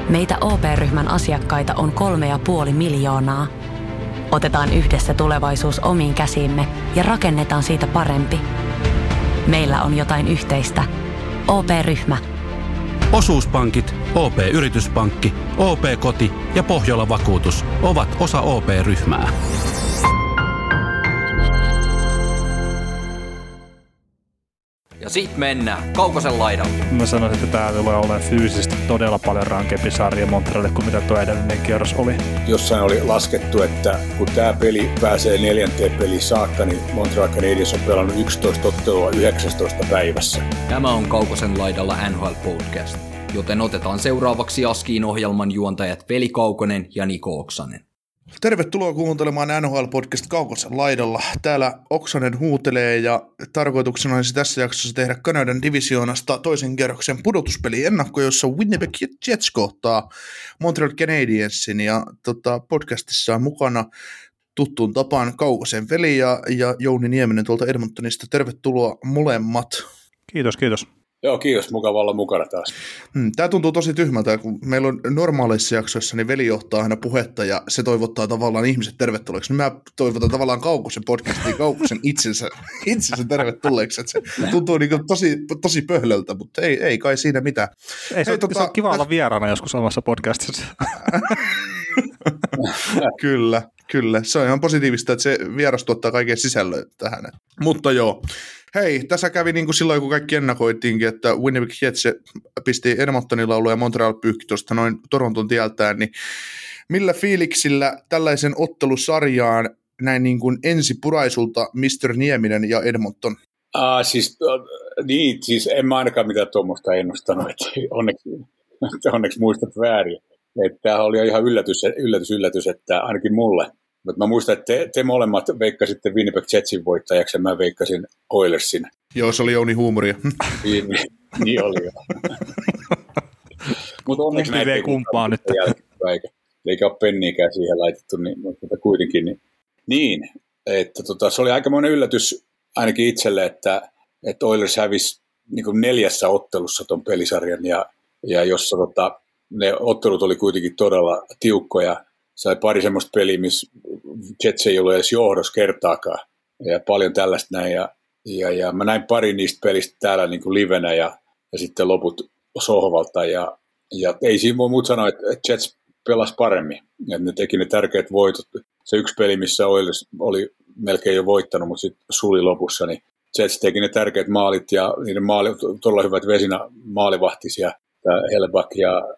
Meitä OP-ryhmän asiakkaita on 3,5 miljoonaa. Otetaan yhdessä tulevaisuus omiin käsiimme ja rakennetaan siitä parempi. Meillä on jotain yhteistä. OP-ryhmä. Osuuspankit, OP-yrityspankki, OP-koti ja Pohjola Vakuutus ovat osa OP-ryhmää. Ja sit mennään Kaukosen laidalle. Mä sanoisin, että tää tulee olemaan fyysisesti todella paljon rankempi sarja Montrealille kuin mitä tuo edellinen kierros oli. Jossain oli laskettu, että kun tää peli pääsee 4. peliin saakka, niin Montreal Canadiens on pelannut 11 ottelua 19 päivässä. Tämä on Kaukosen laidalla NHL Podcast, joten otetaan seuraavaksi Askiin ohjelman juontajat Veli Kaukonen ja Niko Oksanen. Tervetuloa kuuntelemaan NHL-podcast Kaukosen laidalla. Täällä Oksanen huutelee ja tarkoituksena olisi tässä jaksossa tehdä Kanadan divisioonasta toisen kierroksen pudotuspeli-ennakko, jossa Winnipeg Jets kohtaa Montreal Canadiensin ja podcastissa on mukana tuttuun tapaan Kaukosen veli ja Jouni Nieminen tuolta Edmontonista. Tervetuloa molemmat. Kiitos. Joo, kiitos. Mukava olla mukana taas. Tämä tuntuu tosi tyhmältä, kun meillä on normaaleissa jaksoissa, niin veli johtaa aina puhetta ja se toivottaa tavallaan ihmiset tervetulleeksi. Mä toivotan tavallaan Kaukosen podcastiin Kaukosen itsensä tervetulleeksi. Se tuntuu niin tosi pöhlöltä, mutta ei kai siinä mitään. Se on kiva olla vieraana joskus omassa podcastissa. Kyllä. Se on ihan positiivista, että se vieras tuottaa kaiken sisällön tähän. Mutta joo. Hei, tässä kävi niin kuin silloin, kun kaikki ennakoitiinkin, että Winnipeg Jets pisti Edmontonin laulu ja Montreal pyyhki tuosta noin Toronton tieltään, niin millä fiiliksillä tällaisen ottelusarjaan näin niin kuin ensipuraisulta Mr. Nieminen ja Edmonton? Siis en mä ainakaan mitään tuommoista ennustanut, että onneksi muistat väärin. Tämä oli ihan yllätys, että ainakin mulle. Mutta mä muistan, että te molemmat veikkasitte Winnipeg Jetsin voittajaksi ja mä veikkasin Oilersin. Joo, se oli Jouni huumoria. Niin oli jo. Mutta onneksi näitä ei kumpaa nyt. Eikä ole penniäkään siihen laitettu, mutta kuitenkin. Niin, että se oli aikamoinen yllätys ainakin itselle, että Oilers hävisi niin kuin 4 ottelussa ton pelisarjan ja jossa ne ottelut oli kuitenkin todella tiukkoja. Se oli pari semmoista peliä, missä Jets ei ollut edes johdossa kertaakaan. Ja paljon tällaista näin. Ja mä näin pari niistä pelistä täällä niin kuin livenä ja sitten loput sohvalta. Ja ei siinä voi muuta sanoa, että Jets pelasi paremmin. Ja ne teki ne tärkeät voitot. Se yksi peli, missä Oilers oli melkein jo voittanut, mutta sitten suli lopussa, niin Jets teki ne tärkeät maalit ja niiden maalit todella hyvät Vesina maalivahtisia. Hellebuck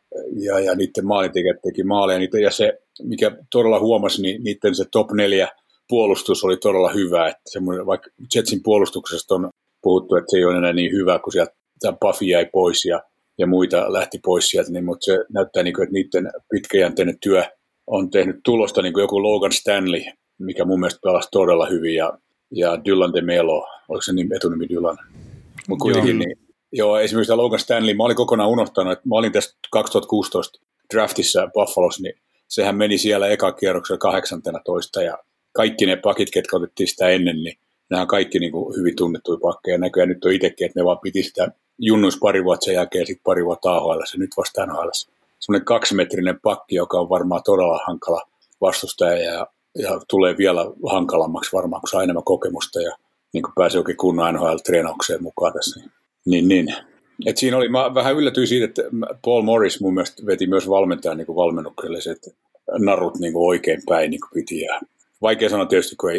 ja niiden maalintekijät teki maaleja. Ja se, mikä todella huomasi, niin niiden se top 4 puolustus oli todella hyvä. Että vaikka Jetsin puolustuksesta on puhuttu, että se ei ole enää niin hyvä, kun sieltä Buffy jäi pois ja muita lähti pois sieltä, niin, mutta se näyttää, niin kuin, että niiden pitkäjänteinen työ on tehnyt tulosta, niin kuin joku Logan Stanley, mikä mun mielestä pelasi todella hyvin, ja Dylan DeMelo, oliko se etunimi Dylan? Mutta kuitenkin niin. Joo, esimerkiksi Logan Stanley, mä olin kokonaan unohtanut, että mä olin tässä 2016 draftissa Buffalossa, niin sehän meni siellä ekakierroksella 18 ja kaikki ne pakit, ketkä otettiin sitä ennen, niin nämä on kaikki niin kuin hyvin tunnettuja pakkeja. Näköjään nyt on itsekin, että ne vaan piti sitä junnuissa pari vuotta sen jälkeen ja sitten pari vuotta AHL ja nyt vasta NHL. Semmoinen 2-metrinen pakki, joka on varmaan todella hankala vastustaja ja tulee vielä hankalammaksi varmaan, kun saa enemmän kokemusta ja niin kuin pääsee oikein kunnon NHL-treenaukseen mukaan tässä. Niin. Et siinä oli, mä vähän yllätyin siitä, että Paul Morris mun mielestä veti myös valmentajan niin valmennukselle se, että narut niin oikein päin niin piti. Ja vaikea sanoa tietysti, kun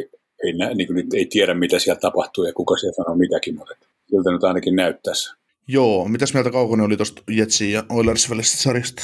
ei tiedä, mitä siellä tapahtuu ja kuka siellä sanoo mitäkin, mutta siltä nyt ainakin näyttäisi. Joo, mitäs mieltä Kaukonen oli tuosta Jetsin ja Oilers välisestä sarjasta?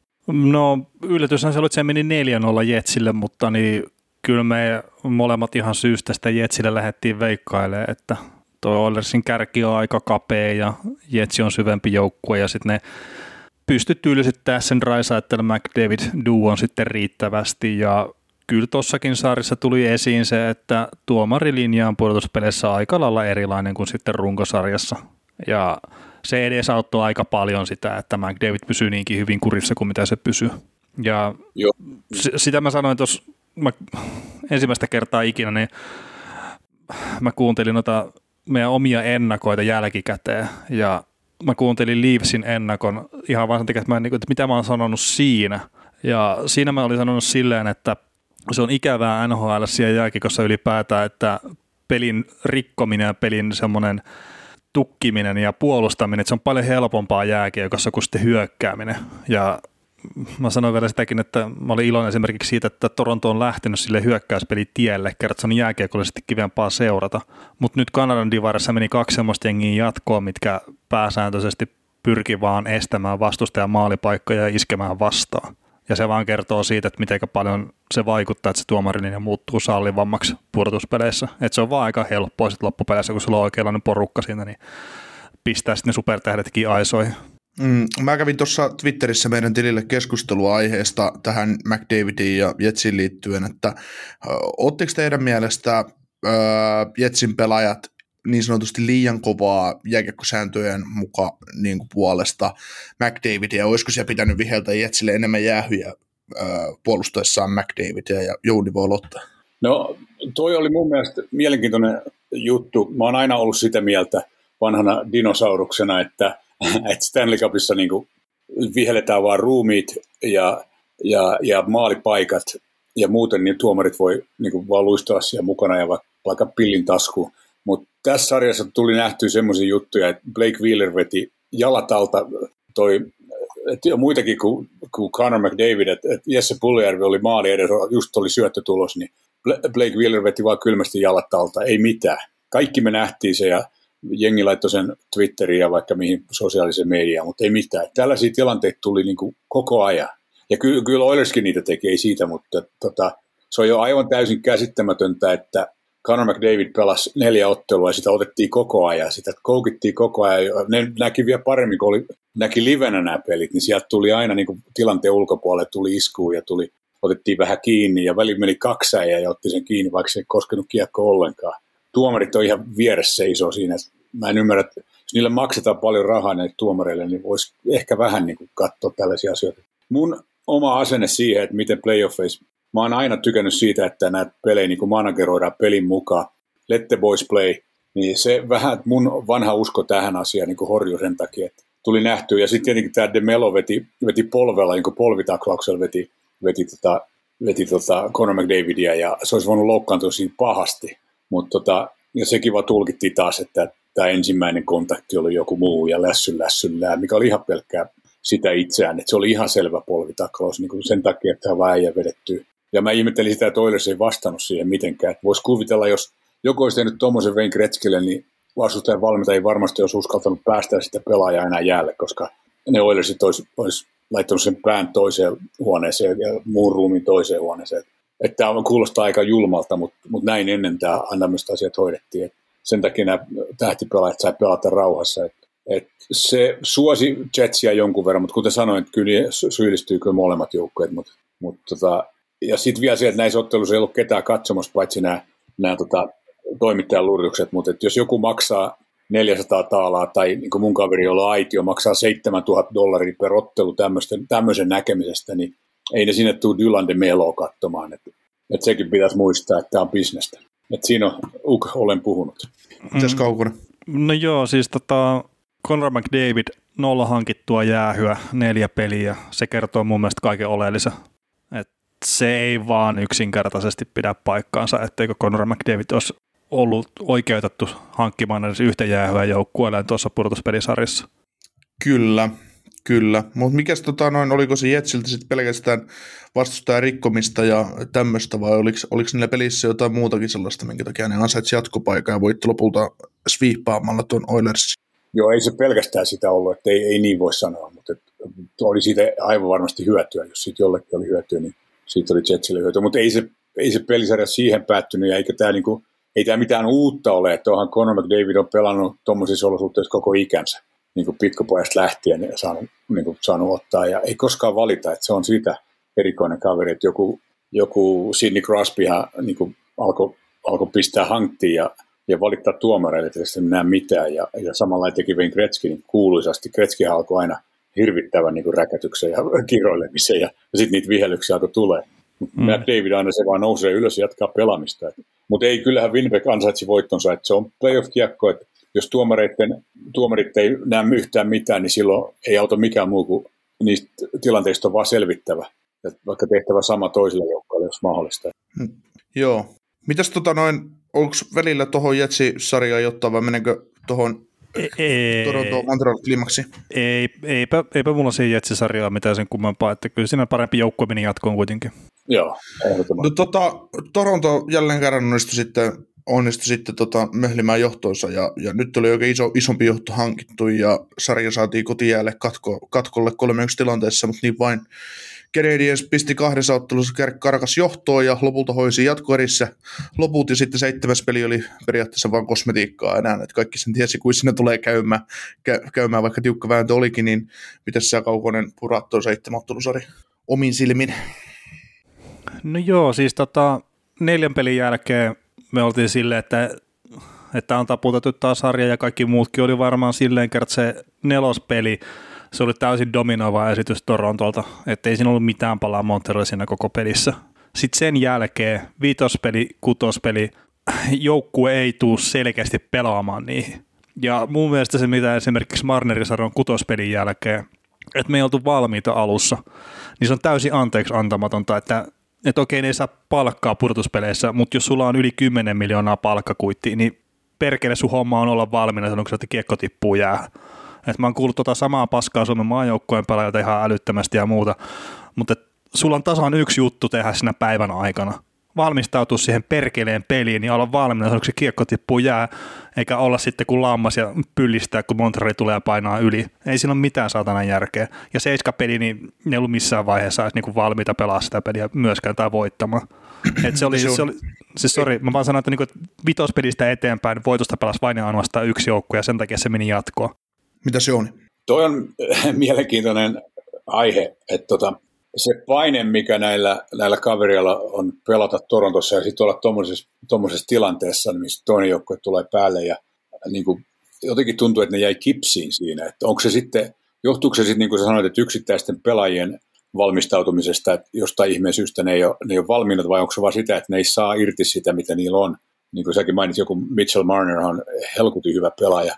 No yllätyshän se oli, että se meni 4-0 Jetsille, mutta niin kyllä me molemmat ihan syystä sitä Jetsille lähdettiin veikkailemaan, että tuo Oilersin kärki on aika kapea ja Jetsi on syvempi joukkue ja sitten ne pystyi tyylistyttämään sen Draisaitl McDavid duon sitten riittävästi ja kyllä tuossakin sarjassa tuli esiin se, että tuomarilinja on pudotuspeleissä aika lailla erilainen kuin sitten runkosarjassa ja se edesauttoi aika paljon sitä, että McDavid pysyy niinkin hyvin kurissa kuin mitä se pysyy ja sitä mä sanoin tuossa ensimmäistä kertaa ikinä, niin mä kuuntelin noita meidän omia ennakoita jälkikäteen ja mä kuuntelin Leafsin ennakon ihan vaan sen takia, että mitä mä oon sanonut siinä. Ja siinä mä olin sanonut silleen, että se on ikävää NHL:ssä ja jääkiekossa ylipäätään, että pelin rikkominen ja pelin semmoinen tukkiminen ja puolustaminen, että se on paljon helpompaa jääkiekossa kuin sitten hyökkääminen. Ja mä sanoin vielä sitäkin, että mä olin iloinen esimerkiksi siitä, että Toronto on lähtenyt sille hyökkäyspelitielle, kerran se on jääkiekollisesti kivempaa seurata. Mutta nyt Kanadan divarissa meni 2 semmoista jengiä jatkoon, mitkä pääsääntöisesti pyrki vaan estämään vastustajan maalipaikkoja ja iskemään vastaan. Ja se vaan kertoo siitä, että miten paljon se vaikuttaa, että se tuomarilinja muuttuu sallivammaksi pudotuspeleissä. Että se on vaan aika helppoa sitten loppupeleissä, kun sulla on oikeanlainen porukka siinä, niin pistää sitten ne supertähdetkin aisoihin. Mä kävin tuossa Twitterissä meidän tilille keskustelua aiheesta tähän McDavidin ja Jetsiin liittyen, että ootteko teidän mielestä Jetsin pelaajat niin sanotusti liian kovaa jääkiekkosääntöjen mukaan niin kuin puolesta McDavidia, olisiko siellä pitänyt viheltä Jetsille enemmän jäähyjä puolustaessaan McDavidia, ja Jouni voi aloittaa. No toi oli mun mielestä mielenkiintoinen juttu. Mä oon aina ollut sitä mieltä vanhana dinosauruksena, että Stanley Cupissa niin kuin viheletään vaan ruumiit ja maalipaikat ja muuten niin tuomarit voi niin kuin vaan luistaa siellä mukana ja vaikka pillin taskuun. Mutta tässä sarjassa tuli nähtyä semmoisia juttuja, että Blake Wheeler veti jalat alta muitakin kuin Connor McDavid, että Jesse Puljujärvi oli maali edessä, just oli syöttötulos, niin Blake Wheeler veti vaan kylmästi jalat alta, ei mitään. Kaikki me nähtiin se ja jengi laittoi sen Twitteriin ja vaikka mihin sosiaaliseen mediaan, mutta ei mitään. Tällaisia tilanteita tuli niin kuin koko ajan. Ja kyllä Oilerskin niitä teki, ei siitä, mutta se on jo aivan täysin käsittämätöntä, että Connor McDavid pelasi 4 ottelua ja sitä otettiin koko ajan, sitä koukittiin koko ajan. Ne näki vielä paremmin, kun näki livenä nämä pelit, niin sieltä tuli aina niin kuin tilanteen ulkopuolelle, tuli iskuun ja otettiin vähän kiinni ja väliin meni 2 ja otti sen kiinni, vaikka se ei koskenut kiekko ollenkaan. Tuomarit on ihan vieressä seisoo siinä. Mä en ymmärrä, että jos niille maksetaan paljon rahaa näille tuomareille, niin voisi ehkä vähän niin kuin katsoa tällaisia asioita. Mun oma asenne siihen, että miten playoffeissa, mä oon aina tykännyt siitä, että näitä pelejä niin kuin manageroidaan pelin mukaan, let the boys play, niin se vähän mun vanha usko tähän asiaan niin kuin horjui sen takia, että tuli nähtyä. Ja sitten tietenkin tämä DeMelo veti polvella, niin kuin polvitaklauksella veti Connor McDavidia, ja se olisi voinut loukkaantua siinä pahasti. Mutta ja sekin vaan tulkittiin taas, että tämä ensimmäinen kontakti oli joku muu ja lässyllää, mikä oli ihan pelkkää sitä itseään, että se oli ihan selvä polvitaklaus niin kuin sen takia, että tämä äijä vedettyy. Ja mä ihmettelin sitä, että Oilers ei vastannut siihen mitenkään. Että voisi kuvitella, jos joku olisi tehnyt tuommoisen Wayne Gretzkylle, niin vastustajan valmentaja ei varmasti olisi uskaltanut päästää sitä pelaajaa enää jäälle, koska ne Oilersit olisi laittanut sen pään toiseen huoneeseen ja muun ruumiin toiseen huoneeseen. Että tämä kuulostaa aika julmalta, mutta näin ennen tämä tämmöiset asiat hoidettiin. Että sen takia nämä tähtipelaajat sai pelata rauhassa. Että se suosi Jetsia jonkun verran, mutta kuten sanoin, että kyllä syyllistyy kyllä molemmat joukkueet. Ja sitten vielä se, että näissä otteluissa ei ollut ketään katsomassa, paitsi nämä toimittajan lurjukset, mutta jos joku maksaa 400 taalaa tai niin kuin mun kaveri, jolla aitio maksaa $7,000 per ottelu tämmöisen näkemisestä, niin ei ne sinne tule Dylan DeMeloa katsomaan. Että sekin pitäisi muistaa, että tämä on bisnestä. Että siinä olen puhunut. Mitäs Kaukonen? No joo, siis Connor McDavid 0 hankittua jäähyä, 4 peliä. Se kertoo mun mielestä kaiken oleellisen. Että se ei vaan yksinkertaisesti pidä paikkaansa, etteikö Connor McDavid olisi ollut oikeutettu hankkimaan edes yhtä jäähyä joukkueelleen tuossa pudotuspelisarjassa. Kyllä. Mutta mikäs oliko se Jetsiltä sitten pelkästään vastustajan rikkomista ja tämmöistä, vai oliko niillä pelissä jotain muutakin sellaista, minkä takia ne ansaitsi jatkopaikan ja voitti lopulta sweepaamalla tuon Oilersin? Joo, ei se pelkästään sitä ollut, että ei niin voi sanoa, mutta oli siitä aivan varmasti hyötyä. Jos siitä jollekin oli hyötyä, niin siitä oli Jetsille hyötyä. Mutta ei se pelisarja siihen päättynyt, ja eikä tämä niinku, ei tämä mitään uutta ole, että onhan Connor McDavid on pelannut tuommoisissa olosuhteissa koko ikänsä, niin kuin pikkupojasta lähtien ja saanut ottaa, ja ei koskaan valita, että se on siitä erikoinen kaveri, että joku Sidney Crosbyhan niin kuin alkoi pistää hanttiin ja valittaa tuomareille, että ei näe mitään, ja samalla teki Wayne Gretzky niin kuuluisasti. Gretzky alkoi aina hirvittävän niin kuin räkätyksen ja kiroilemisen, ja sitten niitä vihelyksiä alkoi tulee. McDavid aina se vaan nousee ylös ja jatkaa pelaamista. Mutta ei, kyllähän Winnipeg ansaitsi voittonsa, että se on playoff-kiekko, että jos tuomarit ei näe yhtään mitään, niin silloin ei auta mikään muu kuin niistä tilanteista on vaan selvittävä. Et vaikka tehtävä sama toiselle joukkoille, jos mahdollista. Joo. Mitäs onko välillä tuohon Jetsi-sarjaan jotain vai meneekö tuohon Torontoon Montreal Climaxiin? Eipä mulla siihen Jetsi-sarjaa mitään sen kummempaa, että kyllä siinä parempi joukkue meni jatkoon kuitenkin. Joo, ehdottomasti. No, Toronto jälleen kerran onnistui sitten möhlimään johtoonsa ja nyt oli oikein isompi johto hankittu ja sarja saatiin kotijäälle katkolle 3-1 tilanteessa, mutta niin vain Canadiens pisti 2 ottelussa karkas johtoon ja lopulta hoisi jatkoerissä loput ja sitten 7. peli oli periaatteessa vain kosmetiikkaa enää, että kaikki sen tiesi, kuin sinne tulee käymään vaikka tiukka vääntö olikin, niin pitäisi sä Kaukonen puraa tuon 7 ottelusarja omin silmin? No joo, siis 4 pelin jälkeen me oltiin silleen, että on taputettu taas sarja ja kaikki muutkin oli varmaan silleen, että se 4. peli, se oli täysin dominoiva esitys Torontolta, ettei siinä ollut mitään palaa Montrealille siinä koko pelissä. Sitten sen jälkeen 5. peli, 6. peli, joukkue ei tule selkeästi pelaamaan niihin. Ja mun mielestä se, mitä esimerkiksi Marnerin sarjan 6. pelin jälkeen, että me ei oltu valmiita alussa, niin se on täysin anteeksi antamatonta, että okei, ne ei saa palkkaa pudotuspeleissä, mutta jos sulla on yli 10 miljoonaa palkkakuittia, niin perkele sun homma on olla valmiina, sanonko että kiekko tippuu jää. Et mä oon kuullut samaa paskaa Suomen maajoukkojen pelaajilta ihan älyttömästi ja muuta, mutta sulla on tasan yksi juttu tehdä siinä päivän aikana. Valmistautua siihen perkeleen peliin ja olla valmiina, sanonko se kiekko tippuu jää, eikä olla sitten kuin lammas ja pyllistää, kun Montreal tulee ja painaa yli. Ei siinä ole mitään saatanan järkeä. Ja 7. peli, niin ne ei ollut missään vaiheessa edes niinku valmiita pelaa sitä peliä myöskään tai voittamaan. Mä vaan sanoin, että 5. pelistä eteenpäin voitosta pelasi vain ja ainoastaan yksi joukkue ja sen takia se meni jatkoon. Mitä se on? Toi on mielenkiintoinen aihe, että se paine, mikä näillä kavereilla on pelata Torontossa ja sitten olla tuommoisessa tilanteessa, missä toinen joukkue tulee päälle ja niin kuin, jotenkin tuntuu, että ne jäi kipsiin siinä. Että onko se sitten, johtuuko se sitten, niin kuin sä sanoit, että yksittäisten pelaajien valmistautumisesta, että jostain ihmeen syystä ne ei ole valmiina, vai onko se vaan sitä, että ne ei saa irti sitä, mitä niillä on? Niin kuin säkin mainitsit, joku Mitchell Marner on helkutin hyvä pelaaja.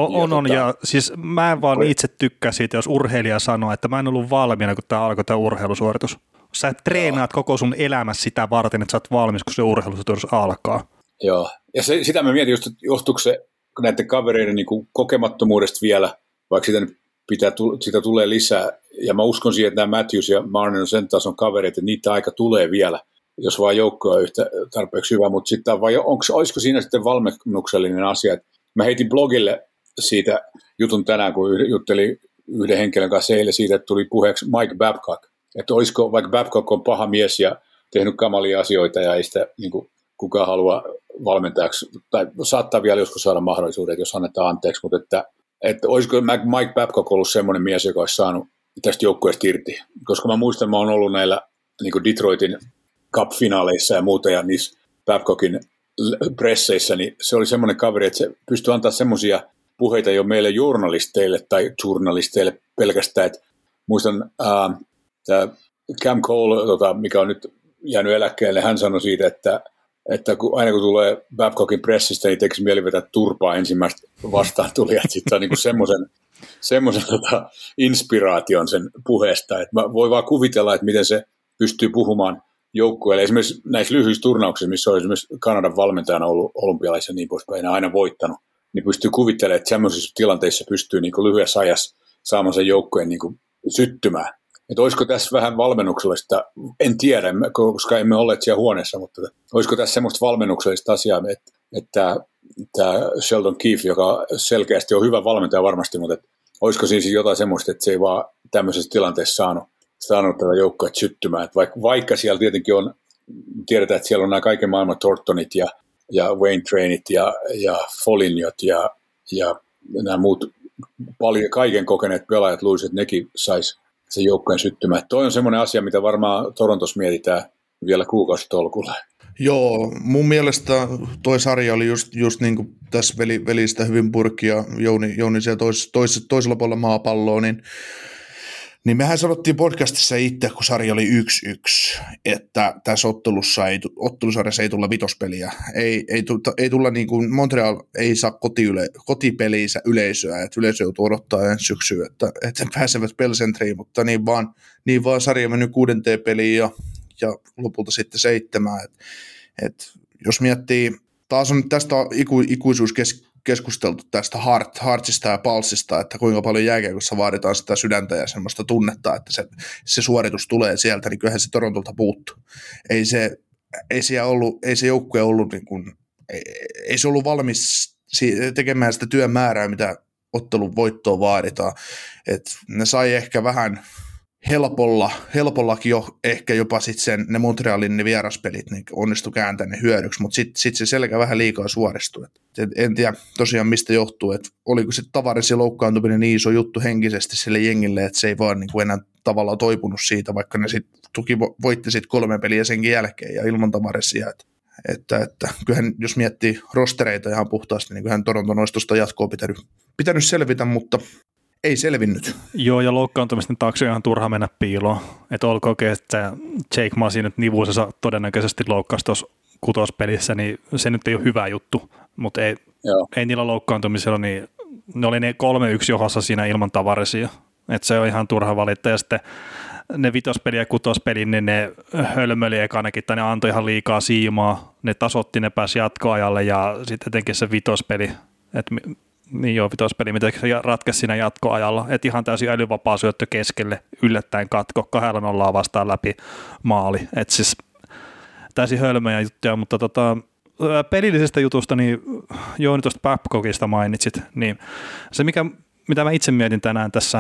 Ja siis mä en vaan itse tykkää siitä, jos urheilija sanoo, että mä en ollut valmiina, kun tämä alkoi tämä urheilusuoritus. Sä treenaat koko sun elämässä sitä varten, että sä oot valmis, kun se urheilusuoritus alkaa. Joo, ja sitä mä mietin just, että johtuuko se näiden kavereiden niin kuin kokemattomuudesta vielä, vaikka sitä tulee lisää. Ja mä uskon siihen, että nämä Matthews ja Marner on sen tason kavereita, että niitä aika tulee vielä, jos vaan joukko on yhtä tarpeeksi hyvä. Mutta sitten olisiko siinä sitten valmennuksellinen asia, että mä heitin blogille siitä jutun tänään, kun juttelin yhden henkilön kanssa eilen siitä, että tuli puheeksi Mike Babcock. Että olisiko, vaikka Babcock on paha mies ja tehnyt kamalia asioita ja ei sitä niin kuin, kukaan halua valmentajaksi, tai saattaa vielä joskus saada mahdollisuudet, jos annetaan anteeksi, mutta että olisiko Mike Babcock ollut semmoinen mies, joka olisi saanut tästä joukkueesta irti. Koska mä muistan, mä oon ollut näillä niin kuin Detroitin Cup-finaaleissa ja muuta, ja niissä Babcockin presseissä, niin se oli semmoinen kaveri, että se pystyi antaa semmoisia puheita jo meille journalisteille pelkästään, että muistan tämä Cam Cole, mikä on nyt jäänyt eläkkeelle, hän sanoi siitä, että aina kun tulee Babcockin pressistä, niin tekisi mieli vetää turpaa ensimmäistä vastaan tuli, että sitten on niin semmoisen inspiraation sen puheesta, että mä voin vaan kuvitella, että miten se pystyy puhumaan joukkueelle. Esimerkiksi näissä lyhyissä turnauksissa, missä on esimerkiksi Kanadan valmentajana ollut olympialaisia ja niin poispäin, aina voittanut, niin pystyy kuvittelemaan, että semmoisissa tilanteissa pystyy niin kuin lyhyessä ajassa saamaan sen joukkueen niin kuin syttymään. Että olisiko tässä vähän valmennuksellista, en tiedä, koska emme olleet siellä huoneessa, mutta olisiko tässä semmoista valmennuksellista asiaa, että tämä Sheldon Keefe, joka selkeästi on hyvä valmentaja varmasti, mutta olisiko siinä jotain semmoista, että se ei vaan tämmöisessä tilanteessa saanut tätä joukkuetta syttymään. Että vaikka siellä tietenkin on, tiedetään, että siellä on nämä kaiken maailman Thorntonit ja Wayne Trainit ja Foligniot ja nämä muut paljon kaiken kokeneet pelaajat luulisivat, että nekin saisi sen joukkueen syttymään. Toi on semmoinen asia, mitä varmaan Torontossa mietitään vielä kuukausitolkulla. Joo, mun mielestä toi sarja oli just niin kuin tässä veli sitä hyvin purki ja Jouni siellä toisella puolella maapalloa, niin Niin mehän sanottiin podcastissa itse, kun sarja oli 1-1, että tässä ottelusarjassa ei tulla vitospeliä. Ei tulla niin kuin Montreal ei saa kotipeliinsä yleisöä, että yleisö joutuu odottaa ensi syksyä, että pääsevät Bell-Centriin, mutta niin vaan sarja mennyt 6. peliin ja lopulta sitten 7. Et jos miettii, taas on tästä ikuisuus keskusteltu tästä Heartsista ja Pulsista, että kuinka paljon jääkiekossa vaaditaan sitä sydäntä ja semmoista tunnetta, että se suoritus tulee sieltä, niin kyllähän se Torontolta puuttuu. Ei se joukkue ollut niin kuin, ei se ollut valmis tekemään sitä työn määrää, mitä ottelun voittoon vaaditaan. Et ne sai ehkä vähän helpollakin jo ehkä jopa sitten ne Montrealin ne vieraspelit niin onnistui kääntämään ne hyödyksi, mutta sitten se selkä vähän liikaa suoristui. En tiedä tosiaan mistä johtuu, että oliko se Tavaresin loukkaantuminen niin iso juttu henkisesti sille jengille, että se ei vaan niin kuin enää tavallaan toipunut siitä, vaikka ne sitten voitti sitten 3 peliä senkin jälkeen ja ilman Tavaresia. Että kyllähän jos miettii rostereita ihan puhtaasti, niin kyllähän Toronton olisi tuosta jatkoa pitänyt selvitä, mutta ei selvinnyt. Joo, ja loukkaantumisten taakse on ihan turha mennä piiloon. Että olkoon, että Jake Masi nyt nivuusensa todennäköisesti loukkasi tuossa 6. pelissä, niin se nyt ei ole hyvä juttu. Mutta ei niillä loukkaantumisella, niin ne oli ne 3-1 johossa siinä ilman Tavaresia. Että se on ihan turha valittaa. Ja sitten ne 5. peli ja 6. peli, niin ne hölmöili ekanakin, tai ne antoi ihan liikaa siimaa. Ne tasotti, ne pääsi jatkoajalle, ja sitten etenkin se 5. peli, että niin joo, 5. peli, mitä se ratkaisi siinä jatkoajalla, että ihan täysin älyvapaa syöttö keskelle, yllättäen katko, 2-0 vastaan läpi maali, että siis täysin hölmöjä juttuja, mutta pelillisestä jutusta, niin Jouni tuosta Babcockista mainitsit, niin se mitä mä itse mietin tänään tässä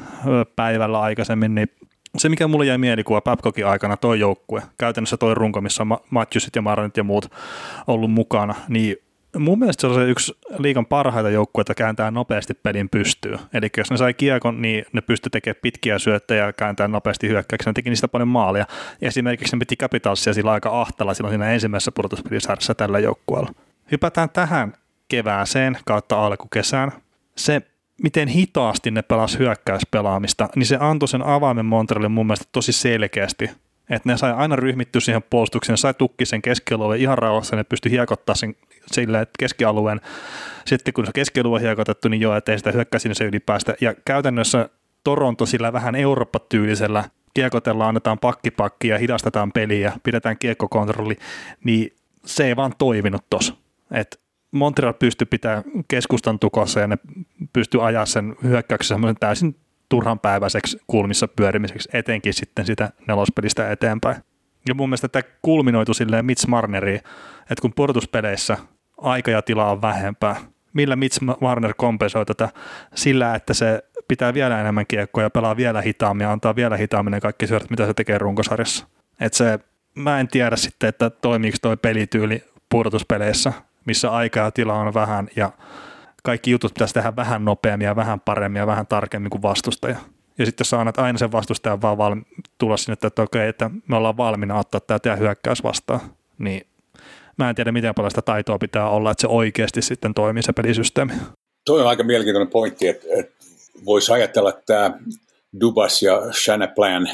päivällä aikaisemmin, niin se mikä mulle jäi mielikuva Babcockin aikana toi joukkue, käytännössä toi runko, missä on Matthewsit ja Maronit ja muut ollut mukana, niin mun mielestä se on se yksi liigan parhaita joukkueita kääntää nopeasti pelin pystyyn. Eli jos ne sai kiekon, niin ne pystyi tekemään pitkiä syöttejä ja kääntää nopeasti hyökkäyksiä. Ne teki niistä paljon maalia. Esimerkiksi ne piti Capitalsia sillä aika ahtalla silloin siinä ensimmäisessä pudotuspelisarjassa tällä joukkueella. Hypätään tähän kevääseen kautta alkukesään. Se, miten hitaasti ne pelasi hyökkäyspelaamista, niin se antoi sen avaimen Montrealille mun mielestä tosi selkeästi. Että ne sai aina ryhmittyä siihen puolustukseen, sai tukki sen keskialueen ihan rauhassa, ne pystyi hiekottaa sen sillä, että keskialueen, sitten kun se keskialue hiekotettu, niin joo, ettei sitä hyökkäisi se ylipäästä. Ja käytännössä Toronto sillä vähän Eurooppa-tyylisellä kiekotellaan, annetaan pakki ja hidastetaan peliä, pidetään kiekkokontrolli, niin se ei vaan toiminut tossa. Et Montreal pystyi pitämään keskustan tukossa ja ne pystyi ajaa sen hyökkäyksessä semmoisen täysin turhanpäiväiseksi kulmissa pyörimiseksi, etenkin sitten sitä 4. pelistä eteenpäin. Ja mun mielestä tämä kulminoitu silleen Mitch Marneriin, että kun pudotuspeleissä aika ja tila on vähempää, millä Mitch Marner kompensoi tätä sillä, että se pitää vielä enemmän kiekkoa ja pelaa vielä hitaammin ja antaa vielä hitaammin ne kaikki syödät, mitä se tekee runkosarjassa. Että se, mä en tiedä sitten, että toimiiko toi pelityyli pudotuspeleissä, missä aika ja tila on vähän ja kaikki jutut pitäisi tehdä vähän nopeammin ja vähän paremmin ja vähän tarkemmin kuin vastustaja. Ja sitten jos sä annat aina sen vastustajan vaan tulla sinne, että okei, että me ollaan valmiina ottaa tämä teidän hyökkäys vastaan, niin mä en tiedä, miten paljon sitä taitoa pitää olla, että se oikeasti sitten toimii se pelisysteemi. Tuo on aika mielenkiintoinen pointti, että voisi ajatella, että tämä Dubas ja Chanaplan,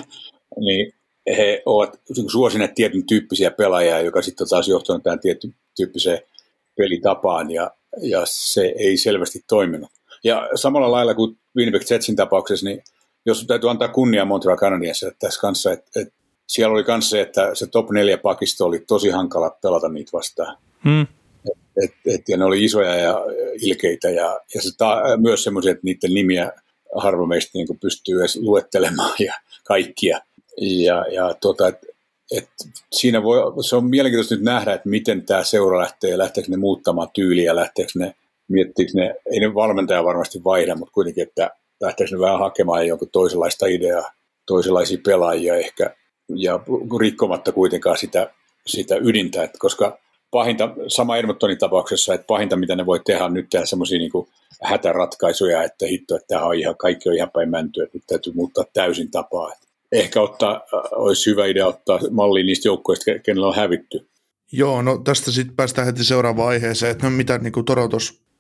niin he ovat suosineet tietyn tyyppisiä pelaajia, joka sitten on taas johtanut tähän tietyn tyyppiseen pelitapaan, ja se ei selvästi toiminut. Ja samalla lailla kuin Winnipeg Jetsin tapauksessa, niin jos täytyy antaa kunnia Montreal Canadiensille tässä kanssa, että siellä oli myös se, että se top 4 pakisto oli tosi hankala pelata niitä vastaan. Ja ne oli isoja ja ilkeitä ja myös semmoisia, että niiden nimiä harva meistä niin pystyy edes luettelemaan ja kaikkia. Siinä se on mielenkiintoista nyt nähdä, että miten tämä seura lähteekö ne muuttamaan tyyliä, miettiikö ne, ei ne valmentaja varmasti vaihda, mutta kuitenkin, että lähteekö ne vähän hakemaan jonkun toisenlaista ideaa, toisenlaisia pelaajia ehkä, ja rikkomatta kuitenkaan sitä ydintä, että koska pahinta, sama Edmontonin tapauksessa, että pahinta mitä ne voi tehdä on nyt tehdä semmoisia niin kuin hätäratkaisuja, että hitto, että tämä on kaikki on ihan päin mäntyä, että nyt täytyy muuttaa täysin tapaa. Ehkä olisi hyvä idea ottaa malliin niistä joukkoista, kenellä on hävitty. Joo, no tästä sitten päästään heti seuraavaan aiheeseen, että mitä niin kuin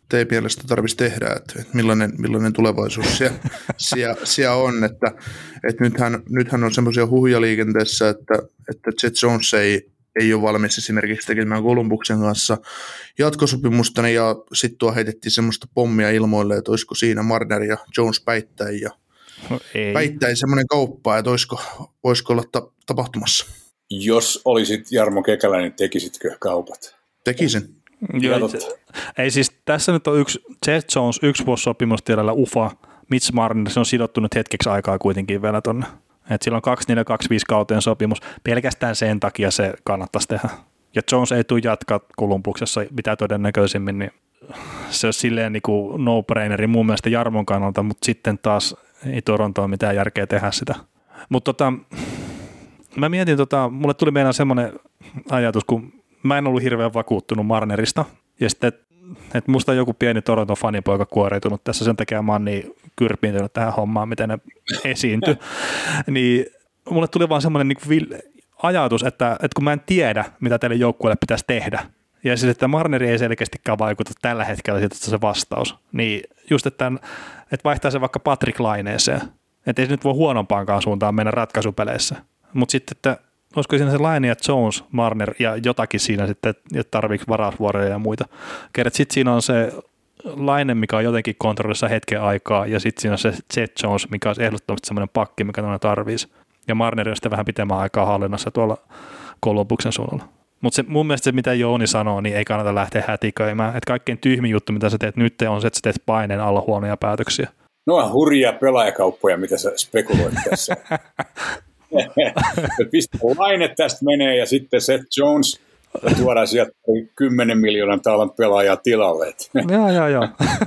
teidän mielestä tarvitsisi tehdä, että millainen tulevaisuus siellä on, että nythän on semmoisia huhuja liikenteessä, että Jet Jones ei ole valmis esimerkiksi tekemään Columbuksen kanssa jatkosopimusta, ja sitten tuo heitettiin semmoista pommia ilmoille, että olisiko siinä Marner ja Jones päittäin semmoinen kauppa, että voisiko olla tapahtumassa. Jos olisit Jarmo Kekäläinen, tekisitkö kaupat? Tekisin. Joo, ei siis tässä nyt on Jet Jones 1 vuosi sopimustiedellä UFA, Mitch Marner, se on sidottu nyt hetkeksi aikaa kuitenkin vielä tonne. Että sillä on 24-25 kauteen sopimus, pelkästään sen takia se kannattaisi tehdä. Ja Jones ei tule jatkaa Columbuksessa mitä todennäköisimmin, niin se on silleen niin kuin no-braineri mun mielestä Jarmon kannalta, mutta sitten taas ei Torontoa mitään järkeä tehdä sitä. Mutta mä mietin, mulle tuli meidän semmoinen ajatus, kun mä en ollut hirveän vakuuttunut Marnerista, ja sitten, että musta on joku pieni Toronton fanipoika kuoriutunut tässä, sen takia mä oon niin kyrpiintynyt tähän hommaan, miten ne esiintyi, niin mulle tuli vaan semmoinen niin ajatus, että kun mä en tiedä, mitä teille joukkueelle pitäisi tehdä, ja siis, että Marneri ei selkeästikään vaikuta tällä hetkellä siitä, että se vastaus, niin just, että vaihtaa se vaikka Patrick Laineeseen, että ei se nyt voi huonompaankaan suuntaan mennä ratkaisupeleissä, mutta sitten, että olisiko siinä se Laine ja Jones, Marner ja jotakin siinä sitten, että tarviiko varausvuoroja ja muita. Kerrät sitten siinä on se Laine, mikä on jotenkin kontrollissa hetken aikaa, ja sitten siinä on se Jet Jones, mikä on ehdottomasti semmoinen pakki, mikä tuonne tarvitsisi. Ja Marner on sitten vähän pitemmän aikaa hallinnassa tuolla Columbuksen suunnalla. Mutta mun mielestä se, mitä Jouni sanoo, niin ei kannata lähteä hätiköimään. Että kaikkein tyhmin juttu, mitä sä teet nyt, on se, että sä teet paineen alla huonoja päätöksiä. No on hurjia pelaajakauppoja, mitä sä spekuloit tässä. Pistä Laine tästä menee ja sitten Seth Jones ja tuodaan sieltä 10 miljoonan taalan pelaajaa tilalle. Joo.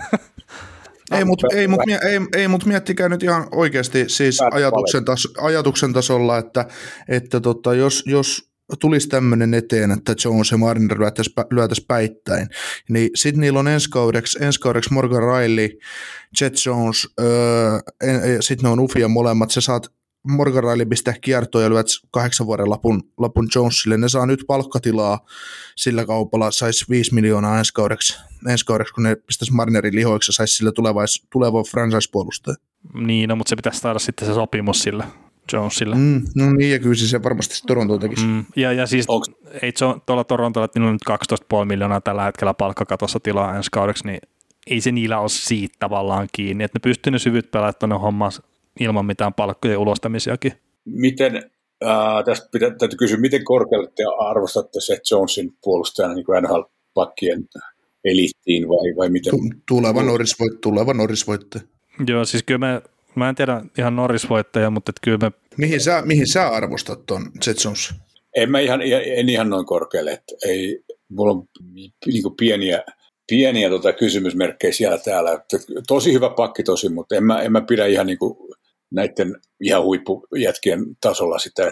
Ei, mutta miettikää nyt ihan oikeasti siis ajatuksen tasolla, että jos tulisi tämmöinen eteen, että Jones ja Marner lyötäisi päittäin, niin sitten niillä on ensi kaudeksi Morgan Riley, Jet Jones, sitten ne on Ufia molemmat, sä saat Morgan Riley pistää kiertoon ja lyöt 8 vuoden lapun Jonesille. Ne saa nyt palkkatilaa sillä kaupalla, saisi 5 miljoonaa ensi kaudeksi, kun ne pistäisi Marnerin lihoiksi ja saisi sillä tuleva franchise-puolustaja. Niin, no, mutta se pitäisi saada sitten se sopimus sille Jonesille. No niin, ja kyllä se varmasti Toronto tekisi. Ja siis ei tuolla Torontolla, että niillä on nyt 12,5 miljoonaa tällä hetkellä palkkakatossa tilaa ensi kaudeksi, niin ei se niillä ole siitä tavallaan kiinni, että ne pystyy ne syvyt pelaamaan tuonne hommaan ilman mitään palkkojen ulostamisiakin. Miten, tästä täytyy kysyä, miten korkealle te arvostatte Seth Jonesin puolustajana niin kuin NHL-pakkien eliittiin vai miten? Tuleva Norris-voittaja. Joo, siis kyllä mä en tiedä ihan Norris-voittaja, mutta kyllä me... Mihin sä arvostat ton Seth Jones? En ihan noin korkealle, että ei, mulla on niin kuin pieniä kysymysmerkkejä siellä täällä. Tosi hyvä pakki tosi, mutta en mä pidä ihan niin kuin näiden ihan huippujätkien tasolla sitä,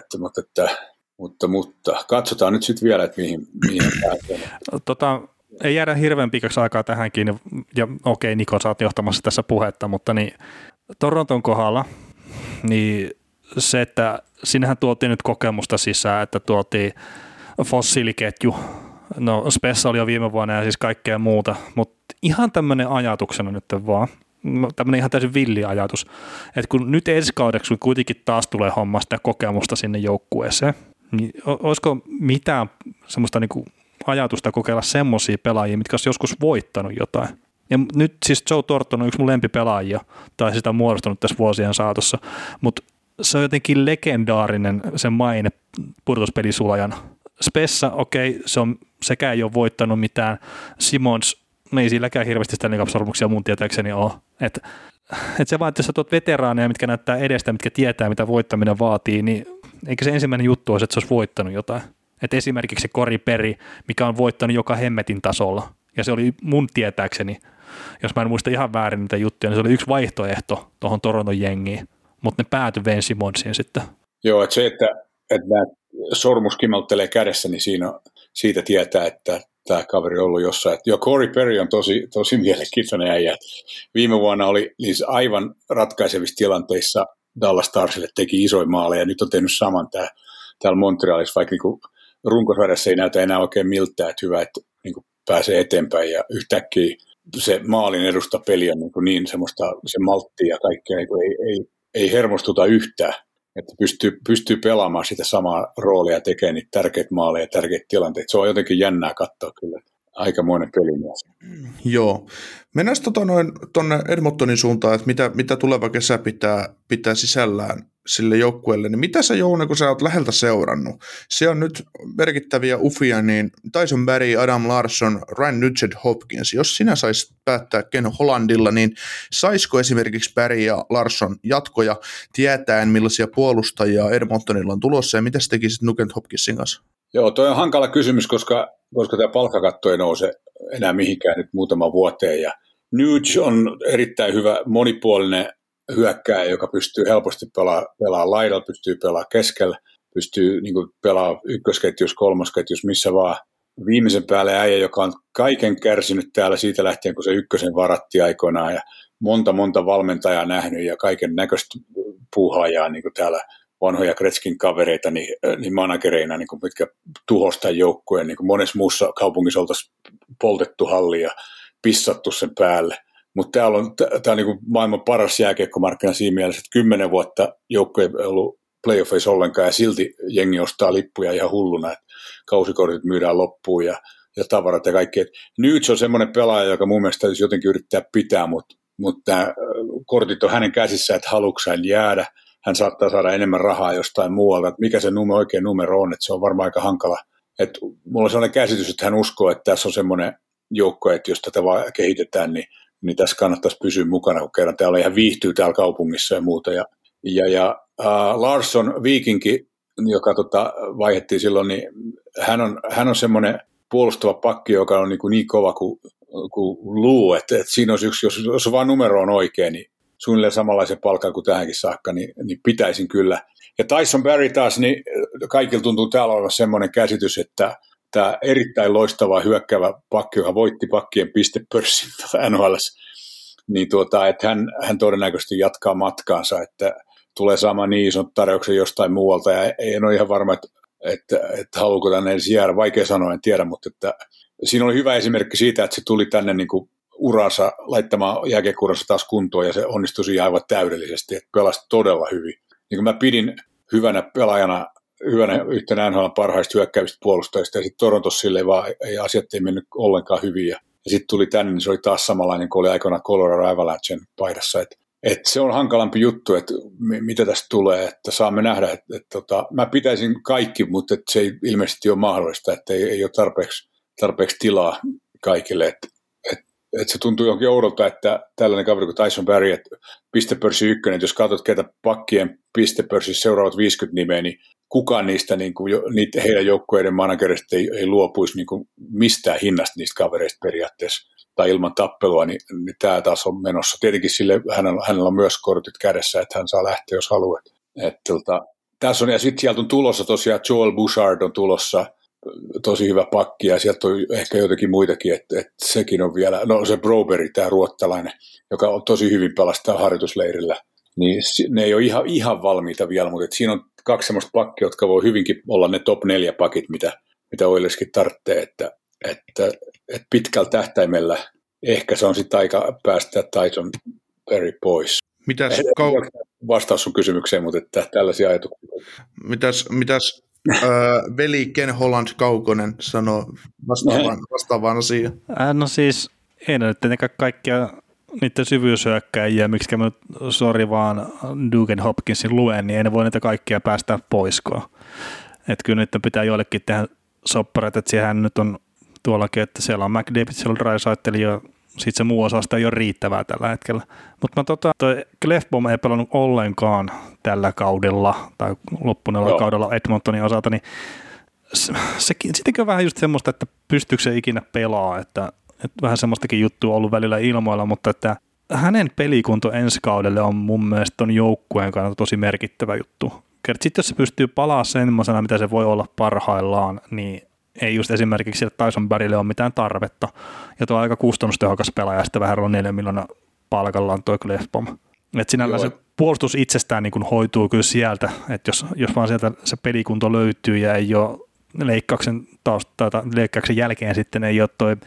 mutta katsotaan nyt sitten vielä, että mihin pääsee. Ei jäädä hirveän pitkäksi aikaa tähänkin, ja okei, Niko, sä oot johtamassa tässä puhetta, mutta niin Toronton kohdalla, niin se, että sinnehän tuotiin nyt kokemusta sisään, että tuotiin fossiiliketju, no Spessa oli jo viime vuonna ja siis kaikkea muuta, mutta ihan tämmöinen ajatuksena nyt vaan, tämmöinen ihan täysin villi ajatus, että kun nyt ensi kaudeksi kuitenkin taas tulee hommasta ja kokemusta sinne joukkueeseen, niin olisiko mitään semmoista niinku ajatusta kokeilla semmoisia pelaajia, mitkä olisi joskus voittanut jotain. Ja nyt siis Joe Thornton on yksi mun lempipelaajia, tai sitä on muodostunut tässä vuosien saatossa, mutta se on jotenkin legendaarinen se maine pudotuspelisulayana. Spessa, okei, sekään ei ole voittanut mitään. Simmons, ei silläkään hirveästi Stanley Cup-sormuksia mun tietääkseni ole. Että se vaan, että jos sä tuot veteraaneja, mitkä näyttää edestä, mitkä tietää, mitä voittaminen vaatii, niin eikä se ensimmäinen juttu olisi, että se olisi voittanut jotain. Että esimerkiksi se Corey Perry, mikä on voittanut joka hemmetin tasolla, ja se oli mun tietääkseni, jos mä en muista ihan väärin niitä juttuja, niin se oli yksi vaihtoehto tuohon Toronton jengiin, mutta ne päätyi Wayne Simmonsiin sitten. Joo, että se, että nämä sormus kimaltelee kädessä, niin siitä tietää, että tämä kaveri on ollut jossain. Joo, Corey Perry on tosi mielenkiintoinen äijä. Viime vuonna oli aivan ratkaisevissa tilanteissa Dallas Starsille teki isoja maaleja, ja nyt on tehnyt saman täällä Montrealissa, vaikka niin runkosarjassa ei näytä enää oikein miltään, että hyvä, että niin pääsee eteenpäin, ja yhtäkkiä se maalin edusta peli on niin semmoista, se malttia ja kaikkea, niin ei hermostuta yhtään. Että pystyy pelaamaan sitä samaa roolia ja tekemään niitä tärkeitä maaleja ja tärkeitä tilanteita. Se on jotenkin jännää katsoa kyllä. Aikamoinen pelimies. Joo. Mennään tuonne Edmontonin suuntaan, että mitä tuleva kesä pitää sisällään sille joukkueelle. Niin mitä sä, Jouni, kun sä oot läheltä seurannut? Se on nyt merkittäviä ufia, niin Tyson Barrie, Adam Larsson, Ryan Nugent-Hopkins. Jos sinä saisit päättää Ken Hollandilla, niin saisiko esimerkiksi Barrie ja Larsson jatkoja tietäen, millaisia puolustajia Edmontonilla on tulossa, ja mitä sä tekisit Nugent-Hopkinsin kanssa? Joo, toi on hankala kysymys, koska tämä palkkakatto ei nouse enää mihinkään nyt muutama vuoteen. Ja Nuge on erittäin hyvä monipuolinen hyökkääjä, joka pystyy helposti pelaamaan laidalla, pystyy pelaamaan keskellä, pystyy niin pelaamaan ykkösketjus, kolmosketjus, missä vaan. Viimeisen päälle äijä, joka on kaiken kärsinyt täällä siitä lähtien, kun se ykkösen varatti aikoinaan ja monta valmentajaa nähnyt ja kaiken näköistä puuhaajaa niin täällä vanhoja Gretzkin kavereita niin managereina, niin mitkä tuhosta joukkueen, niin monessa muussa kaupungissa oltaisiin poltettu halli ja pissattu sen päälle. Mutta tämä on niin maailman paras jääkiekkomarkkina siinä mielessä, että 10 vuotta joukkue ei ollut playoffeissa ollenkaan ja silti jengi ostaa lippuja ihan hulluna, että kausikortit myydään loppuun ja tavarat ja kaikki. Nyt se on semmoinen pelaaja, joka mun mielestä täytyisi jotenkin yrittää pitää, mutta nämä kortit on hänen käsissä, että haluatko hän jäädä. Hän saattaa saada enemmän rahaa jostain muualta, että mikä se oikea numero on, että se on varmaan aika hankala. Että mulla on sellainen käsitys, että hän uskoo, että tässä on semmoinen joukko, että jos tätä vaan kehitetään, niin tässä kannattaisi pysyä mukana, kun kerran täällä ihan viihtyy täällä kaupungissa ja muuta. Ja Larsson Viikinki, joka vaihdettiin silloin, niin hän on semmoinen puolustava pakki, joka on niin kova kuin luu, että siinä olisi jos vaan numero on oikein, niin suunnilleen samanlaisen palkan kuin tähänkin saakka, niin pitäisin kyllä. Ja Tyson Barrie taas, niin kaikilla tuntuu täällä olevan semmoinen käsitys, että tämä erittäin loistava hyökkäävä pakki, joka voitti pakkien pistepörssin NHL:ssä, niin että hän todennäköisesti jatkaa matkaansa, että tulee saamaan niin ison tarjouksen jostain muualta, ja en ole ihan varma, että haluuko tänne edes jäädä, vaikea sanoa, en tiedä, mutta että siinä oli hyvä esimerkki siitä, että se tuli tänne niin kuin uransa, laittamaan jääkiekko-uransa taas kuntoon, ja se onnistui siihen aivan täydellisesti, että pelasi todella hyvin. Niin kuin mä pidin hyvänä pelaajana, hyvänä yhtenä NHL parhaista hyökkäävistä puolustajista, ja sitten Torontossa silleen vaan asiat ei mennyt ollenkaan hyvin, ja sitten tuli tänne, niin se oli taas samanlainen kuin oli aikoinaan Colorado Avalanchen paidassa, että se on hankalampi juttu, että mitä tästä tulee, että saamme nähdä, että mä pitäisin kaikki, mutta että se ei ilmeisesti ole mahdollista, että ei ole tarpeeksi tilaa kaikille, että se tuntuu jonkin oudolta, että tällainen kaveri kuin Tyson Barrie, että pistepörssi 1, että jos katsot, ketä pakkien pistepörssissä seuraavat 50 nimeä, niin kukaan niistä niitä heidän joukkueiden managerista ei luopuisi niin kuin mistään hinnasta niistä kavereista periaatteessa tai ilman tappelua, niin tämä taas on menossa. Tietenkin sille hänellä on myös kortit kädessä, että hän saa lähteä, jos haluaa. Tässä on, ja sitten sieltä on tulossa tosiaan Joel Bouchard on tulossa, tosi hyvä pakki, ja sieltä on ehkä jotakin muitakin, että sekin on vielä, no se Broberg, tämä ruottalainen, joka on tosi hyvin pelastaa harjoitusleirillä, niin ne ei ole ihan valmiita vielä, mutta siinä on 2 semmoista pakkia, jotka voi hyvinkin olla ne top 4 pakit, mitä Oilerskin tarvitsee, että pitkällä tähtäimellä ehkä se on sitten aika päästä Tyson Barrie pois. Vastaus sun kysymykseen, mutta että tällaisia ajatuksia. Mitäs veli Ken Holland Kaukonen sanoo vastaavaan asiaan? No siis ei nyt tietenkään kaikkia niiden syvyyshyökkäjiä, miksi mä nyt vaan Dugan Hopkinsin luen, niin ei ne voi niitä kaikkia päästä poiskoon. Että kyllä nyt pitää joillekin tehdä soppareita, että siihen nyt on tuollakin, että siellä on McDavid, siellä on Draisaitl ja sitten se muu osasta ei ole riittävää tällä hetkellä. Mutta toi Klefbom ei pelannut ollenkaan tällä kaudella tai loppuneella kaudella Edmontonin osalta, niin sittenkin on vähän just semmoista, että pystyykö se ikinä pelaa, että vähän semmoistakin juttua on ollut välillä ilmoilla, mutta että hänen pelikunto ensi kaudelle on mun mielestä ton joukkueen kannalta tosi merkittävä juttu. Sitten jos se pystyy palaamaan semmoisena, mitä se voi olla parhaillaan, niin ei just esimerkiksi sille Tyson Barrielle ole mitään tarvetta. Ja tuo on aika kustannustehokas pelaaja, sitten vähän 4 miljoonaa palkallaan tuo Klefbom. Että sinällään se puolustus itsestään niin kuin hoituu kyllä sieltä, että jos vaan sieltä se pelikunto löytyy ja ei ole leikkauksen jälkeen sitten ei ole toi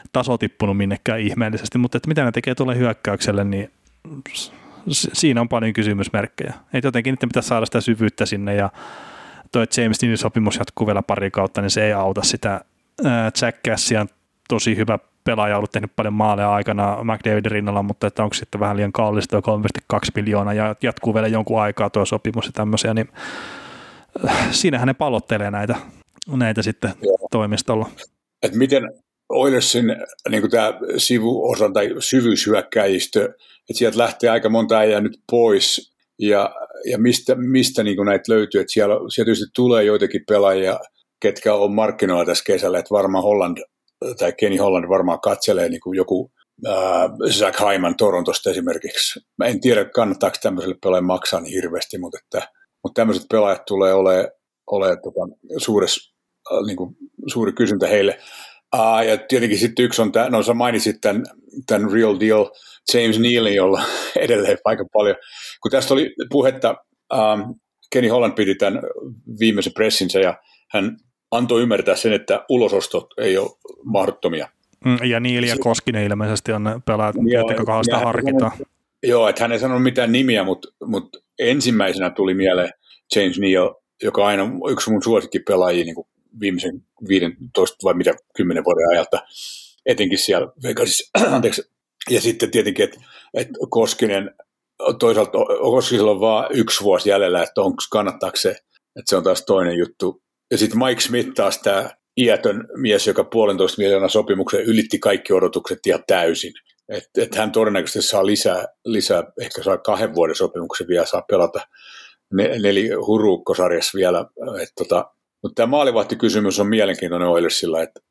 taso tippunut minnekään ihmeellisesti, mutta että mitä ne tekee tuolle hyökkäykselle, niin siinä on paljon kysymysmerkkejä. Että jotenkin niiden pitäisi saada sitä syvyyttä sinne, ja tuo James Deanin sopimus jatkuu vielä pari kautta, niin se ei auta sitä. Jack Cassia on tosi hyvä pelaaja, ollut tehnyt paljon maaleja aikana McDavidin rinnalla, mutta että onko sitten vähän liian kallista, 3,2 miljoonaa, ja jatkuu vielä jonkun aikaa tuo sopimus ja tämmöisiä, niin siinähän ne pallottelee näitä sitten toimistolla. Et miten Oilersin niin tämä sivuosa tai syvyyshyökkäjistö, että sieltä lähtee aika monta äijää nyt pois, ja mistä niin näitä löytyy, että sieltä tietysti tulee joitakin pelaajia, ketkä on markkinoilla tässä kesällä, että varmaan Holland tai Kenny Holland varmaan katselee niin kuin joku Zach Hyman Torontosta esimerkiksi. Mä en tiedä, kannattaako tämmöiselle pelaajalle maksaa niin hirveästi, mutta tämmöiset pelaajat tulee olemaan niin kuin suuri kysyntä heille. Ja tietenkin sitten yksi on, sä mainitsit tämän Real Deal James Nealin, jolla edelleen aika paljon. Kun tästä oli puhetta, Kenny Holland piti tämän viimeisen pressinsä ja hän antoi ymmärtää sen, että ulosostot ei ole mahdottomia. Ja Neal ja Koskinen ilmeisesti on pelaajat, jotka kahdesta harkitaan. Joo, että hän ei sanonut mitään nimiä, mutta ensimmäisenä tuli mieleen James Neal, joka aina on yksi mun suosikkipelaajia niin kuin viimeisen 15 vai mitä 10 vuoden ajalta, etenkin siellä Vegasissa. Anteeksi. Ja sitten tietenkin, että Koskinen, toisaalta Koskisella on vaan 1 vuosi jäljellä, että kannattaako se, että se on taas toinen juttu. Ja sitten Mike Smith taas tämä iätön mies, joka 1,5 miljoonaa sopimuksen ylitti kaikki odotukset ihan täysin. Että hän todennäköisesti saa lisää, ehkä saa 2 vuoden sopimuksen vielä, saa pelata 4 huruukkosarjassa vielä. Mutta tämä maalivahtikysymys on mielenkiintoinen Oilersilla, että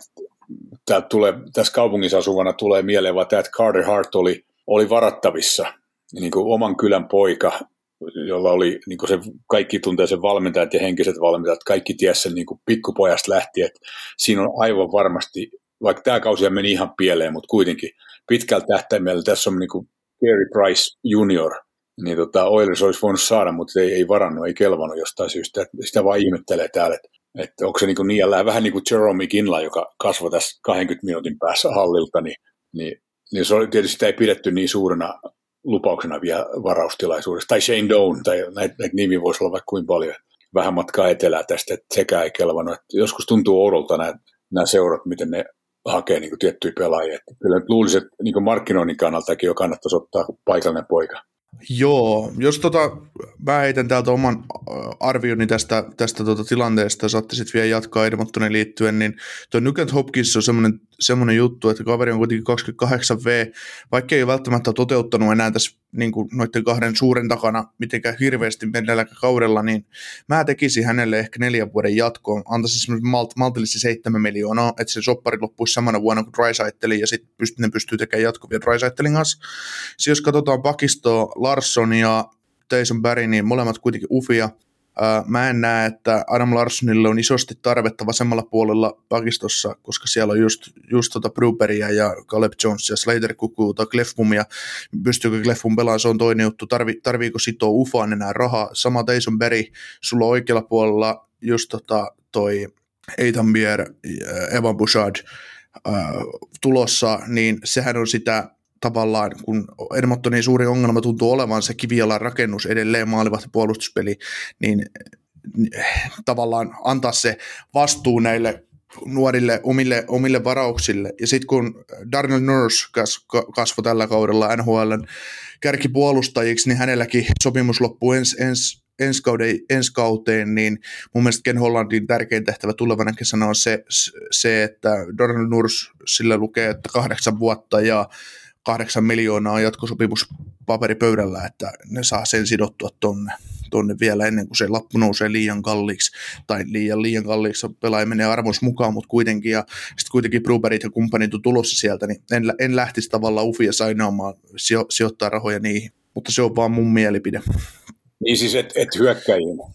tässä kaupungissa asuvana tulee mieleen vaan tämä, että Carter Hart oli varattavissa, niin kuin oman kylän poika, jolla oli niin kuin se, kaikki tuntee sen valmentajat ja henkiset valmentajat, kaikki ties sen niin kuin pikkupojasta lähtien, että siinä on aivan varmasti, vaikka tämä kausi meni ihan pieleen, mutta kuitenkin pitkällä tähtäimellä tässä on niin kuin Carey Price Junior, niin Oilers olisi voinut saada, mutta ei varannut, ei kelvannut jostain syystä, sitä vaan ihmettelee täällä, että onko se niin vähän niin kuin Jerome McKinley, joka kasvoi tässä 20 minuutin päässä hallilta, niin se oli, tietysti sitä ei pidetty niin suurena lupauksena vielä varaustilaisuudessa, tai Shane Doan, tai näitä nimi voisi olla vaikka kuin paljon, vähän matkaa etelää tästä, että sekään ei kelvannut. Että joskus tuntuu oudolta nämä seurat, miten ne hakee niin kuin tiettyjä pelaajia. Että kyllä luulisin, että niin markkinoinnin kannaltakin jo kannattaisi ottaa paikallinen poika. Joo, jos mä heitän täältä oman arvioni tästä tilanteesta, saatte sitten vielä jatkaa Edmontonin liittyen, niin tuo Nugent Hopkins on semmoinen juttu, että kaveri on kuitenkin 28V, vaikka ei välttämättä ole toteuttanut enää tässä niin kuin noiden 2 suuren takana mitenkään hirveästi menneellä kaudella, niin mä tekisin hänelle ehkä 4 vuoden jatkoon, antaisin semmoinen maltillisesti 7 miljoonaa, että se soppari loppuisi samana vuonna kuin Draisaitlin, ja sitten ne pystyy tekemään jatkuvia Draisaitlin kanssa. Siis jos katsotaan pakistoa, Larsson ja Tyson Barrie, niin molemmat kuitenkin ufia. Mä en näe, että Adam Larssonille on isosti tarvetta vasemmalla puolella pakistossa, koska siellä on just Bruberia ja Caleb Jones ja Slater Kukuuta, Clefbumia. Pystyykö Clefbum pelaamaan, se on toinen juttu. Tarviiko sitoa ufaan enää rahaa? Sama Tyson Barrie, sulla on oikealla puolella just toi Ethan Beer, Evan Bouchard tulossa, niin sehän on sitä tavallaan, kun Edmontonin suuri ongelma tuntuu olevan se kivijalan rakennus edelleen maalivahtipuolustuspeli, niin tavallaan antaa se vastuu näille nuorille omille varauksille. Ja sitten kun Darnell Nurse kasvoi tällä kaudella NHL:n kärkipuolustajiksi, niin hänelläkin sopimus loppuu ensi kauteen, niin mun mielestä Ken Hollandin tärkein tehtävä tulevana kesänä on se, että Darnell Nurse sillä lukee, että 8 vuotta ja 8 miljoonaa jatkosopimus paperipöydällä, että ne saa sen sidottua tonne vielä ennen kuin se lappu nousee liian kalliiksi, tai liian kalliiksi pelaaja menee arvonsa mukaan, mutta kuitenkin, ja sitten kuitenkin Bruberit ja kumppanit on tulossa sieltä, niin en lähtisi tavallaan ufia sainaamaan, sijoittaa rahoja niihin, mutta se on vaan mun mielipide. Niin siis, et hyökkäjiin.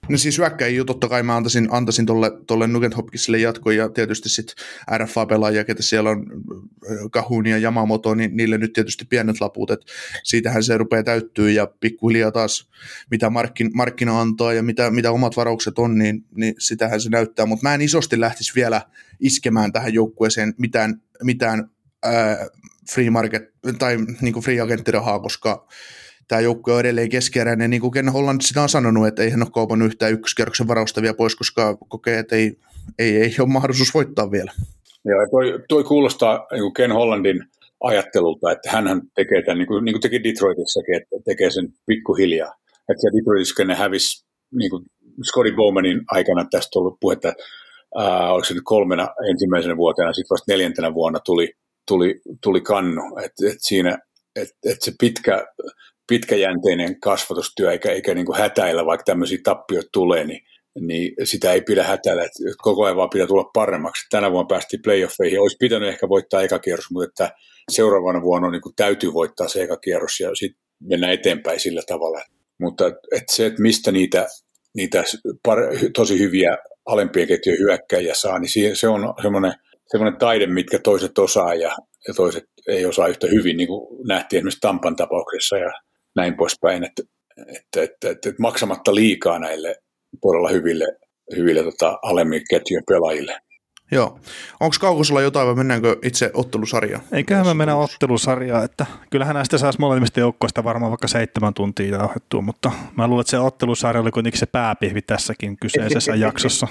No siis hyökkäjiä totta kai mä antaisin tolle Nugent Hopkinsille jatkoon ja tietysti sitten RFA-pelaajia, ketä siellä on Kahun ja Yamamoto, niin niille nyt tietysti pienet laput, että siitähän se rupeaa täyttyä ja pikkuhiljaa taas mitä markkina antaa ja mitä omat varaukset on, niin sitähän se näyttää, mutta mä en isosti lähtisi vielä iskemään tähän joukkueeseen mitään free market tai niinku free agenttirahaa, koska tämä joukkue on edelleen keskeeräinen, niin kuin Ken Holland sitä on sanonut, että ei hän ole kaupannut yhtään ykköskerroksen varausta vielä pois, koska kokee, että ei ole mahdollisuus voittaa vielä. Joo, toi kuulostaa niin kuin Ken Hollandin ajattelulta, että hänhän tekee tämän, niin kuin teki Detroitissakin, että tekee sen pikkuhiljaa. Että siellä Detroitissa ne hävisi, niin kuin Scotty Bowmanin aikana tästä on ollut puhetta, oliko se nyt 3 ensimmäisenä vuotena, sitten vasta 4. vuonna tuli kannu. Että siinä, että se pitkäjänteinen kasvatustyö, eikä niin kuin hätäillä, vaikka tämmöisiä tappioita tulee, niin sitä ei pidä hätäillä, että koko ajan vaan pitää tulla paremmaksi. Tänä vuonna päästiin playoffeihin, olisi pitänyt ehkä voittaa eka kierros, mutta että seuraavana vuonna niin kuin täytyy voittaa se eka kierros ja sitten mennään eteenpäin sillä tavalla. Mutta että se, että mistä niitä tosi hyviä alempien ketjujen hyökkäjiä saa, niin se on semmoinen taide, mitkä toiset osaa ja toiset ei osaa yhtä hyvin, niin kuin nähtiin esimerkiksi Tampan tapauksessa ja näin poispäin, että maksamatta liikaa näille todella hyville alemmille ketjujen pelaajille. Joo. Onko Kaukosella jotain vai mennäänkö itse ottelusarjaan? Eiköhän me mennä ottelusarjaan, että kyllähän näistä saisi molemmista joukkoista varmaan vaikka 7 tuntia jauhettua, mutta mä luulen, että se ottelusarja oli kuitenkin se pääpihvi tässäkin kyseisessä jaksossa.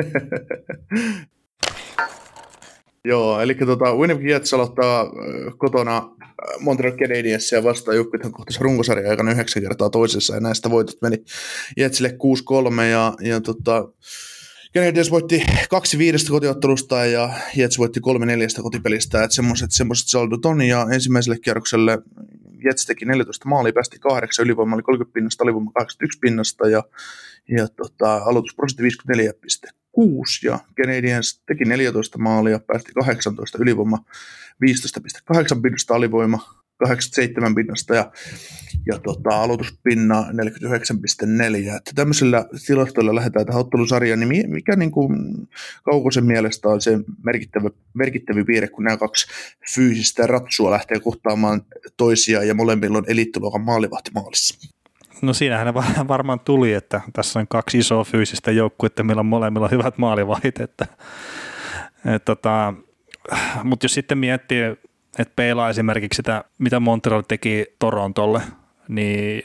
Joo, eli Winnipeg Jets aloittaa kotona Montreal Canadiensia vastaan joukkueiden kohtaisen runkosarjan aikana 9 kertaa toisessa, ja näistä voitot meni Jetsille 6-3, ja Canadiens voitti 2 5 kotiottelusta, ja Jets voitti 3 4 kotipelistä, että semmoiset saldot on, ja ensimmäiselle kierrokselle Jets teki 14 maalia, päästi 8, ylivoima oli 30 pinnasta, alivoima 81 pinnasta, ja aloitusprosentti 54,6, ja Canadiens teki 14 maalia, päästi 18, ylivoima 15,8 pinnasta, alivoima 87 pinnasta ja aloituspinna 49,4. Että tämmöisellä tilastoilla lähdetään tähän ottelusarjaan, niin mikä niin kuin Kaukosen mielestä on se merkittävä piirre, kun nämä 2 fyysistä ratsua lähtee kohtaamaan toisiaan ja molemmilla on eliittiluokan maalivahti maalissa? No siinähän ne varmaan tuli, että tässä on 2 isoa fyysistä joukkuetta, millä on molemmilla hyvät maalivahit. Mutta jos sitten miettii, että peilaa esimerkiksi sitä, mitä Montreal teki Torontolle, niin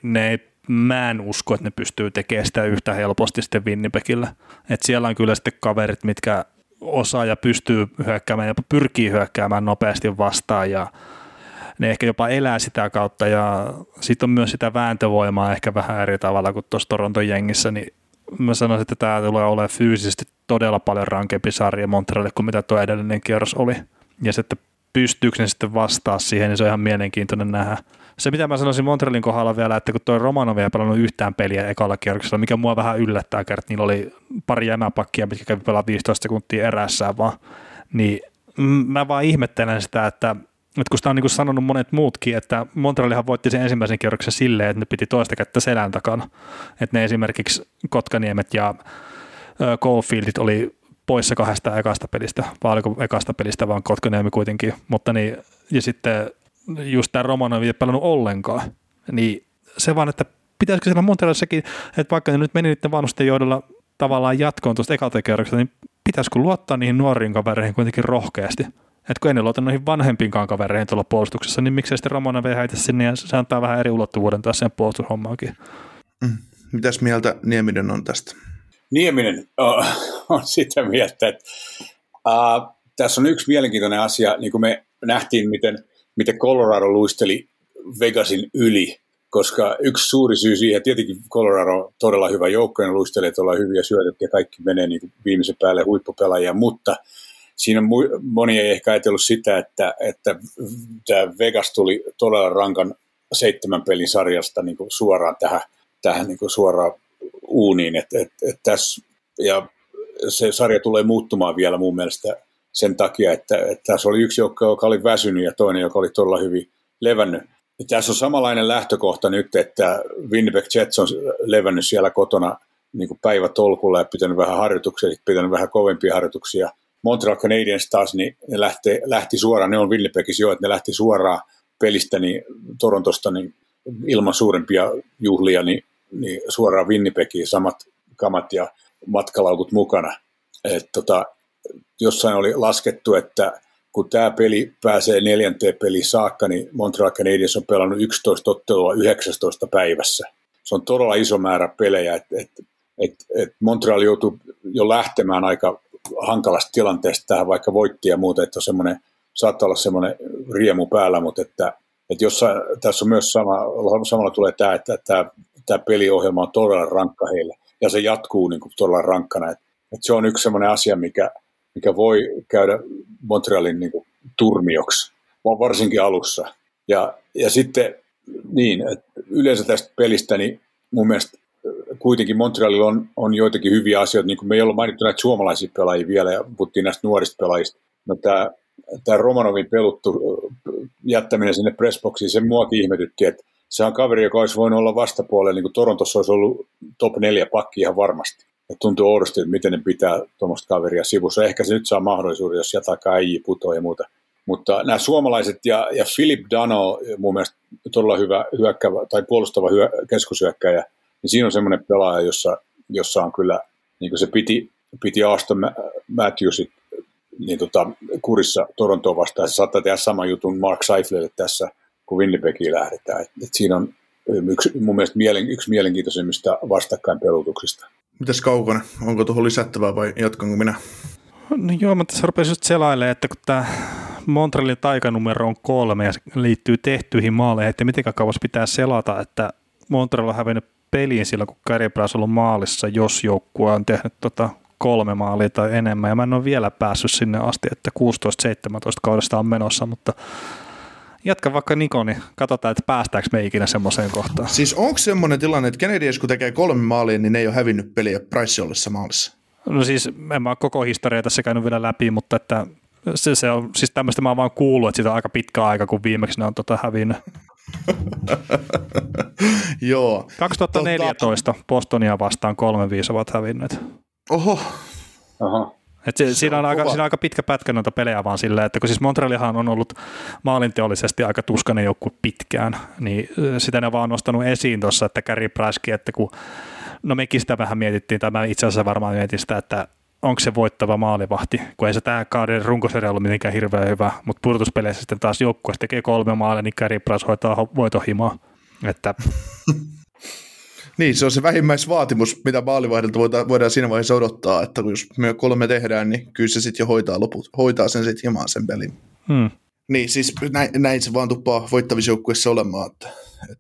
mä en usko, että ne pystyy tekemään sitä yhtä helposti sitten Winnipegillä. Että siellä on kyllä sitten kaverit, mitkä osaa ja pystyy hyökkäämään, jopa pyrkii hyökkäämään nopeasti vastaan ja ne ehkä jopa elää sitä kautta ja sitten on myös sitä vääntövoimaa ehkä vähän eri tavalla kuin tuossa Toronton jengissä, niin mä sanoisin, että tämä tulee olemaan fyysisesti todella paljon rankempi sarja Montrealille kuin mitä tuo edellinen kierros oli. Ja sitten pystyykö ne sitten vastaa siihen, niin se on ihan mielenkiintoinen nähdä. Se, mitä mä sanoisin Montrealin kohdalla vielä, että kun toi Romanov ei pelannut yhtään peliä ekalla kierroksella, mikä mua vähän yllättää, että niillä oli pari jämäpakkia, mitkä kävi pelaa 15 sekuntia erässään vaan, niin mä vaan ihmettelen sitä, että kun sitä on niin kuin sanonut monet muutkin, että Montrealihan voitti sen ensimmäisen kierroksen silleen, että ne piti toista kättä selän takana. Että ne esimerkiksi Kotkaniemet ja Caulfieldit oli poissa 2 ekasta pelistä, vai oliko ekasta pelistä vaan Kotkaniemi kuitenkin, mutta niin, ja sitten just tämä Romanov ei pelannut ollenkaan, niin se vaan, että pitäisikö siellä Montrealissakin, että vaikka ne nyt meni niiden vanhusten johdolla tavallaan jatkoon tuosta ekalta kierroksesta, niin pitäisikö luottaa niihin nuoriin kavereihin kuitenkin rohkeasti. Että kun ei ne luota noihin vanhempiinkaan kavereihin tuolla puolustuksessa, niin miksei sitten Romanov ei häitä sinne ja se antaa vähän eri ulottuvuuden taas sen puolustushommaankin. Mitäs mieltä Nieminen on tästä? Nieminen on sitä mieltä, että tässä on yksi mielenkiintoinen asia, niin kuin me nähtiin, miten Colorado luisteli Vegasin yli, koska yksi suuri syy siihen, tietenkin Colorado on todella hyvä joukko, ja luistelee todella hyviä syötöt, ja kaikki menee niin kuin viimeisen päälle huippupelaajia, mutta siinä moni ei ehkä ajatellut sitä, että tämä Vegas tuli todella rankan 7 pelin sarjasta niin kuin suoraan tähän niin kuin suoraan uuniin, että tässä, ja se sarja tulee muuttumaan vielä mun mielestä sen takia, että tässä oli yksi joukko, joka oli väsynyt ja toinen, joka oli todella hyvin levännyt. Ja tässä on samanlainen lähtökohta nyt, että Winnipeg Jets on levännyt siellä kotona niin kuin päivätolkulla ja pitänyt vähän harjoituksia, pitänyt vähän kovempia harjoituksia. Montreal Canadiens taas, niin ne lähti suoraan, ne on Winnipegissä jo, että ne lähti suoraan pelistä niin Torontosta niin ilman suurempia juhlia niin suoraan Winnipegiin, samat kamat ja matkalaukut mukana. Jossain oli laskettu, että kun tämä peli pääsee 4. peliin saakka, niin Montreal Canadiens on pelannut 11 ottelua 19 päivässä. Se on todella iso määrä pelejä, että Montreal joutui jo lähtemään aika hankalasta tilanteesta tähän, vaikka voitti ja muuta, että saattaa olla semmoinen riemu päällä, mutta että tässä on myös samalla tulee tämä, että tämä peliohjelma on todella rankka heille, ja se jatkuu niin kuin todella rankkana, että se on yksi semmoinen asia, mikä voi käydä Montrealin niin kuin turmioksi, varsinkin alussa. Ja sitten niin, että yleensä tästä pelistä, niin mun mielestä kuitenkin Montrealilla on joitakin hyviä asioita, niin kuin me ei olla mainittu näitä suomalaisia pelaajia vielä, ja puhuttiin näistä nuorista pelaajista. No tämä Romanovin jättäminen sinne pressboxiin, se muakin ihmetytti, että se on kaveri, joka olisi voinut olla vastapuolella, niin kuin Torontossa olisi ollut top 4 pakki ihan varmasti. Ja tuntuu oudosti, että miten ne pitää tuommoista kaveria sivussa. Ehkä se nyt saa mahdollisuuden, jos jotain äijä putoaa ja muuta. Mutta nämä suomalaiset ja Philip Dano, mun mielestä todella hyvä hyökkäävä tai puolustava keskushyökkääjä, niin siinä on semmoinen pelaaja, jossa on kyllä, niin kuin se piti Aston Matthewsit niin kurissa Torontoon vastaan. Se saattaa tehdä saman jutun Mark Scheiflelle tässä, kun Winnipegiin lähdetään. Et siinä on mun mielestä yksi mielenkiintoisimmista vastakkainpelutuksista. Mitäs Kaukonen? Onko tuohon lisättävää vai jatkanko minä? No joo, mä tässä rupesin just selailemaan, että kun tämä Montrealin taikanumero on 3 ja se liittyy tehtyihin maaleihin, että miten kauas pitää selata, että Montreal on hävinnyt peliin silloin, kun Carey Price on ollut maalissa, jos joukkue on tehnyt 3 maalia tai enemmän, ja mä en ole vielä päässyt sinne asti, että 16-17 kaudesta on menossa, mutta jatka vaikka Niko, niin katsotaan, että päästäänkö me ikinä semmoiseen kohtaan. Siis onko semmoinen tilanne, että Canadiens kun tekee 3 maalia, niin ne ei ole hävinnyt peliä Price ollessa maalissa? No siis en mä ole koko historiaa tässä käynyt vielä läpi, mutta että se on, siis tämmöistä mä oon vaan kuullut, että siitä on aika pitkä aika, kun viimeksi ne on hävinnyt. Joo. 2014 Bostonia vastaan 3-5 ovat hävinneet. Oho. Siinä on aika pitkä pätkä noita pelejä vaan silleen, että kun siis Montrealihan on ollut maalinteollisesti aika tuskainen joukkue pitkään, niin sitä ne vaan on nostanut esiin tuossa, että Carey Pricekin, että kun, no mekin sitä vähän mietittiin, tai mä itse asiassa varmaan mietin sitä, että onko se voittava maalivahti, kun ei se tämä kauden runkosarja ollut mitenkään hirveän hyvä, mutta pudotuspeleissä sitten taas joukkueessa tekee 3 maalia, niin Carey Price hoitaa voitohimaa, että niin, se on se vähimmäisvaatimus, mitä maalivahdilta voidaan siinä vaiheessa odottaa, että jos me 3 tehdään, niin kyllä se sitten jo hoitaa sen sitten himaan sen pelin. Niin, siis näin se vaan tuppaa voittavissa joukkueissa olemaan, että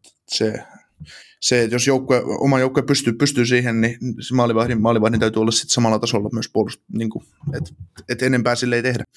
se, että jos oma joukkue pystyy siihen, niin se maalivahdin täytyy olla sitten samalla tasolla myös niin että enempää sille ei tehdä.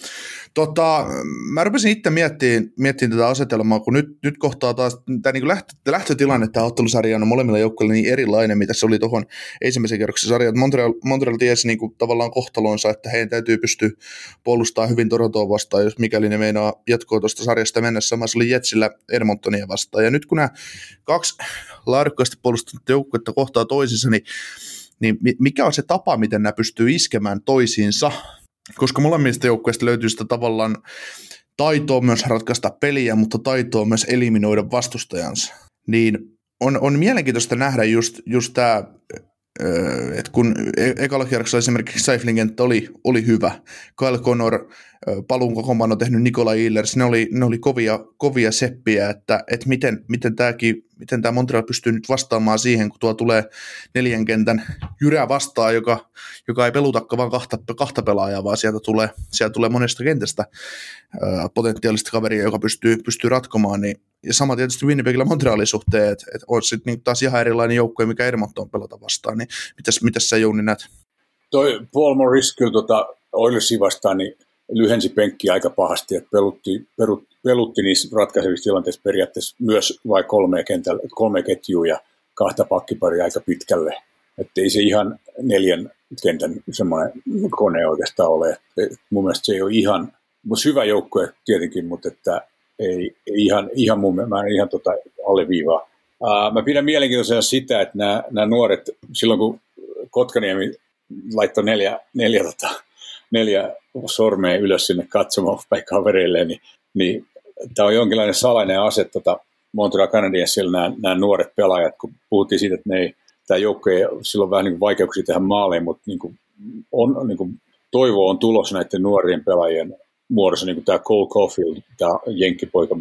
Mä rupesin itse miettimään tätä asetelmaa, kun nyt kohtaa taas tämä niin lähtötilanne tämä ottelusarjaan on molemmilla joukkueilla niin erilainen, mitä se oli tuohon ensimmäisen kerroksen sarjaan. Montreal tiesi niin kuin tavallaan kohtalonsa, että heidän täytyy pystyä puolustamaan hyvin Torontoa vastaan, jos mikäli ne meinaa jatkoa tuosta sarjasta mennä. Samassa oli Jetsillä Edmontonia vastaan. Ja nyt kun nämä 2 laadukkaasti puolustunut joukkuetta kohtaa toisinsa, niin mikä on se tapa, miten nämä pystyy iskemään toisiinsa? Koska molemmista joukkueista löytyy sitä tavallaan taitoa myös ratkaista peliä, mutta taitoa myös eliminoida vastustajansa. Niin on mielenkiintoista nähdä just tämä, että kun ekalla kierroksella esimerkiksi Scheiflin kenttä oli hyvä, Kyle Connor, paluun kokoonpano tehnyt Nikolai Ehlers, ne oli kovia seppiä, että miten tämä Montreal pystyy nyt vastaamaan siihen, kun tuo tulee 4 kentän jyrä vastaan, joka ei pelutakaan vaan 2 pelaajaa, vaan sieltä tulee monesta kentästä potentiaalista kaveria, joka pystyy ratkomaan. Niin, ja sama tietysti Winnipegillä Montrealin suhteen, että on sitten niin taas ihan erilainen joukkue, mikä Edmonton pelata vastaan. Niin mitäs sä Jouni näet? Toi Paul Maurice kyllä Oilersia vastaan, niin lyhensi penkkiä aika pahasti, että pelutti niissä ratkaisevissa tilanteissa periaatteessa myös vai 3 ketjua ja 2 pakkiparia aika pitkälle. Että ei se ihan 4 kentän semmoinen kone oikeastaan ole. Mun mielestä se ei ole ihan, hyvä joukkue tietenkin, mutta että ei ihan mun mielestä, mä en ihan alleviivaa. Mä pidän mielenkiintoisena sitä, että nämä nuoret, silloin kun Kotkaniemi laittoi neljä sormea ylös sinne katsomaan päin kavereille, niin tämä on jonkinlainen salainen ase Montreal Canadiensilla nämä nuoret pelaajat, kun puhuttiin siitä, että tämä joukko ei silloin vähän niin kuin vaikeuksia tehdä maaliin, mutta niin kuin toivo on tulossa näiden nuorien pelaajien muodossa, niin kuin tämä Cole Caulfield, tämä jenkkipoika,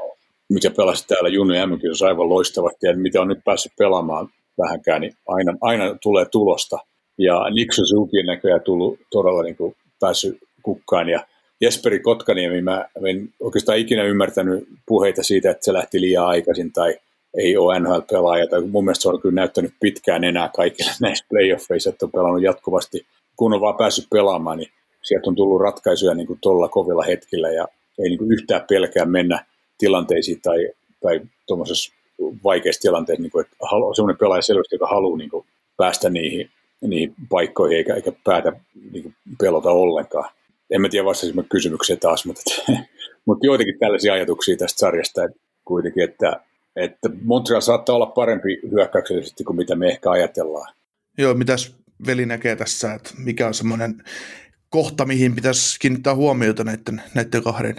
mikä pelasi täällä Junnu Jämminkin, on aivan loistavasti, ja mitä on nyt päässyt pelaamaan vähänkään, niin aina tulee tulosta. Ja Nick Suzuki näköjään tullut todella niin kuin päässyt kukkaan, ja Jesperi Kotkaniemi, mä en oikeastaan ikinä ymmärtänyt puheita siitä, että se lähti liian aikaisin tai ei ole NHL-pelaaja, tai mun mielestä se on kyllä näyttänyt pitkään enää kaikille näissä playoffeissa, että on pelannut jatkuvasti. Kun on vaan päässyt pelaamaan, niin sieltä on tullut ratkaisuja niin kuin tuolla kovilla hetkillä, ja ei niin kuin yhtään pelkää mennä tilanteisiin tai tuommoisessa vaikeissa tilanteissa, niin kuin, että semmoinen pelaaja selvästi, joka haluaa niin kuin päästä niihin paikkoihin eikä päätä niin kuin pelota ollenkaan. En mä tiedä vastaisimme kysymykseen taas, mutta joitakin tällaisia ajatuksia tästä sarjasta että kuitenkin, että Montreal saattaa olla parempi hyökkäyksellisesti kuin mitä me ehkä ajatellaan. Joo, mitäs veli näkee tässä, että mikä on semmoinen kohta, mihin pitäisi kiinnittää huomiota näiden kahden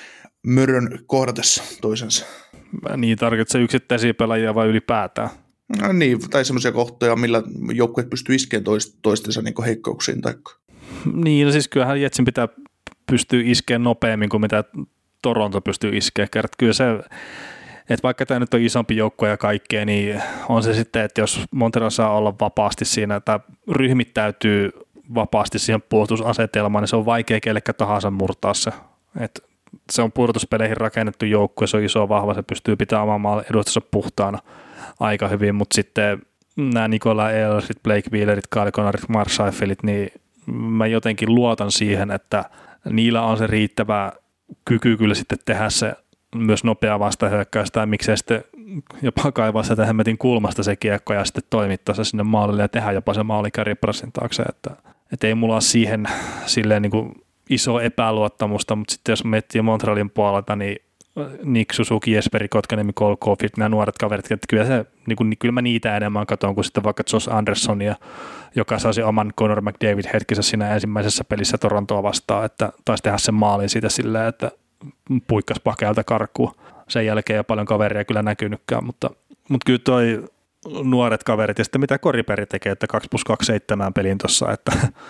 mörön kohdatessa toisensa? Niin, tarkoitatko yksittäisiä pelaajia vai ylipäätään? No niin, tai semmoisia kohtoja, millä joukkueet pystyy iskemaan toistensa niin heikkouksiin. Niin, no siis kyllähän Jetsin pitää pystyä iskemaan nopeammin kuin mitä Toronto pystyy iskemaan. Kyllä se, että vaikka tämä nyt on isompi joukkue ja kaikkea, niin on se sitten, että jos Montreal saa olla vapaasti siinä, tai ryhmittäytyy vapaasti siihen puolustusasetelmaan, niin se on vaikea kellekä tahansa murtaa se. Että se on pudotuspeleihin rakennettu joukkue, se on iso, vahva, se pystyy pitämään oman maan edustussa puhtaana aika hyvin, mutta sitten nämä Nikola Ehlers, Blake Wheelerit, Kyle Connorit, Mark Seifelit, niin mä jotenkin luotan siihen, että niillä on se riittävä kyky kyllä sitten tehdä se myös nopea vastahyökkäys, tai miksei sitten jopa kaivaa sitä hemmetin kulmasta se kiekko ja sitten toimittaa se sinne maalille ja tehdä jopa se maalikärjepressin taakse, että ei mulla ole siihen silleen niin kuin iso epäluottamusta, mutta sitten jos miettii Montrealin puolelta, niin Nick Suzuki, Jesperi Kotkaniemi, Cole Caulfield, nämä nuoret kaverit, että kyllä mä niitä enemmän katson kuin sitten vaikka Josh Andersonia, joka saisi oman Connor McDavid hetkensä siinä ensimmäisessä pelissä Torontoa vastaan, että taisi tehdä sen maalin siitä silleen, että puikkas pakealta karkuun. Sen jälkeen ei ole paljon kaveria kyllä näkynytkään, mutta kyllä toi nuoret kaverit ja sitten mitä Koriperi tekee, että 2+2 pelin tuossa, että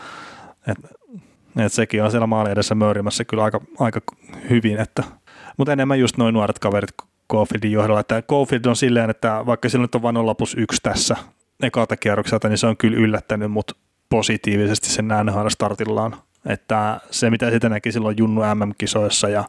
sekin on siellä maalin edessä möyrimässä kyllä aika hyvin, mutta enemmän just noin nuoret kaverit Caulfieldin johdolla, että Caulfield on silleen, että vaikka sillä nyt on vain 0+1 tässä ekalta kierrokselta, niin se on kyllä yllättänyt mut positiivisesti sen NHL-startillaan, että se mitä sitä näki silloin Junnu MM-kisoissa ja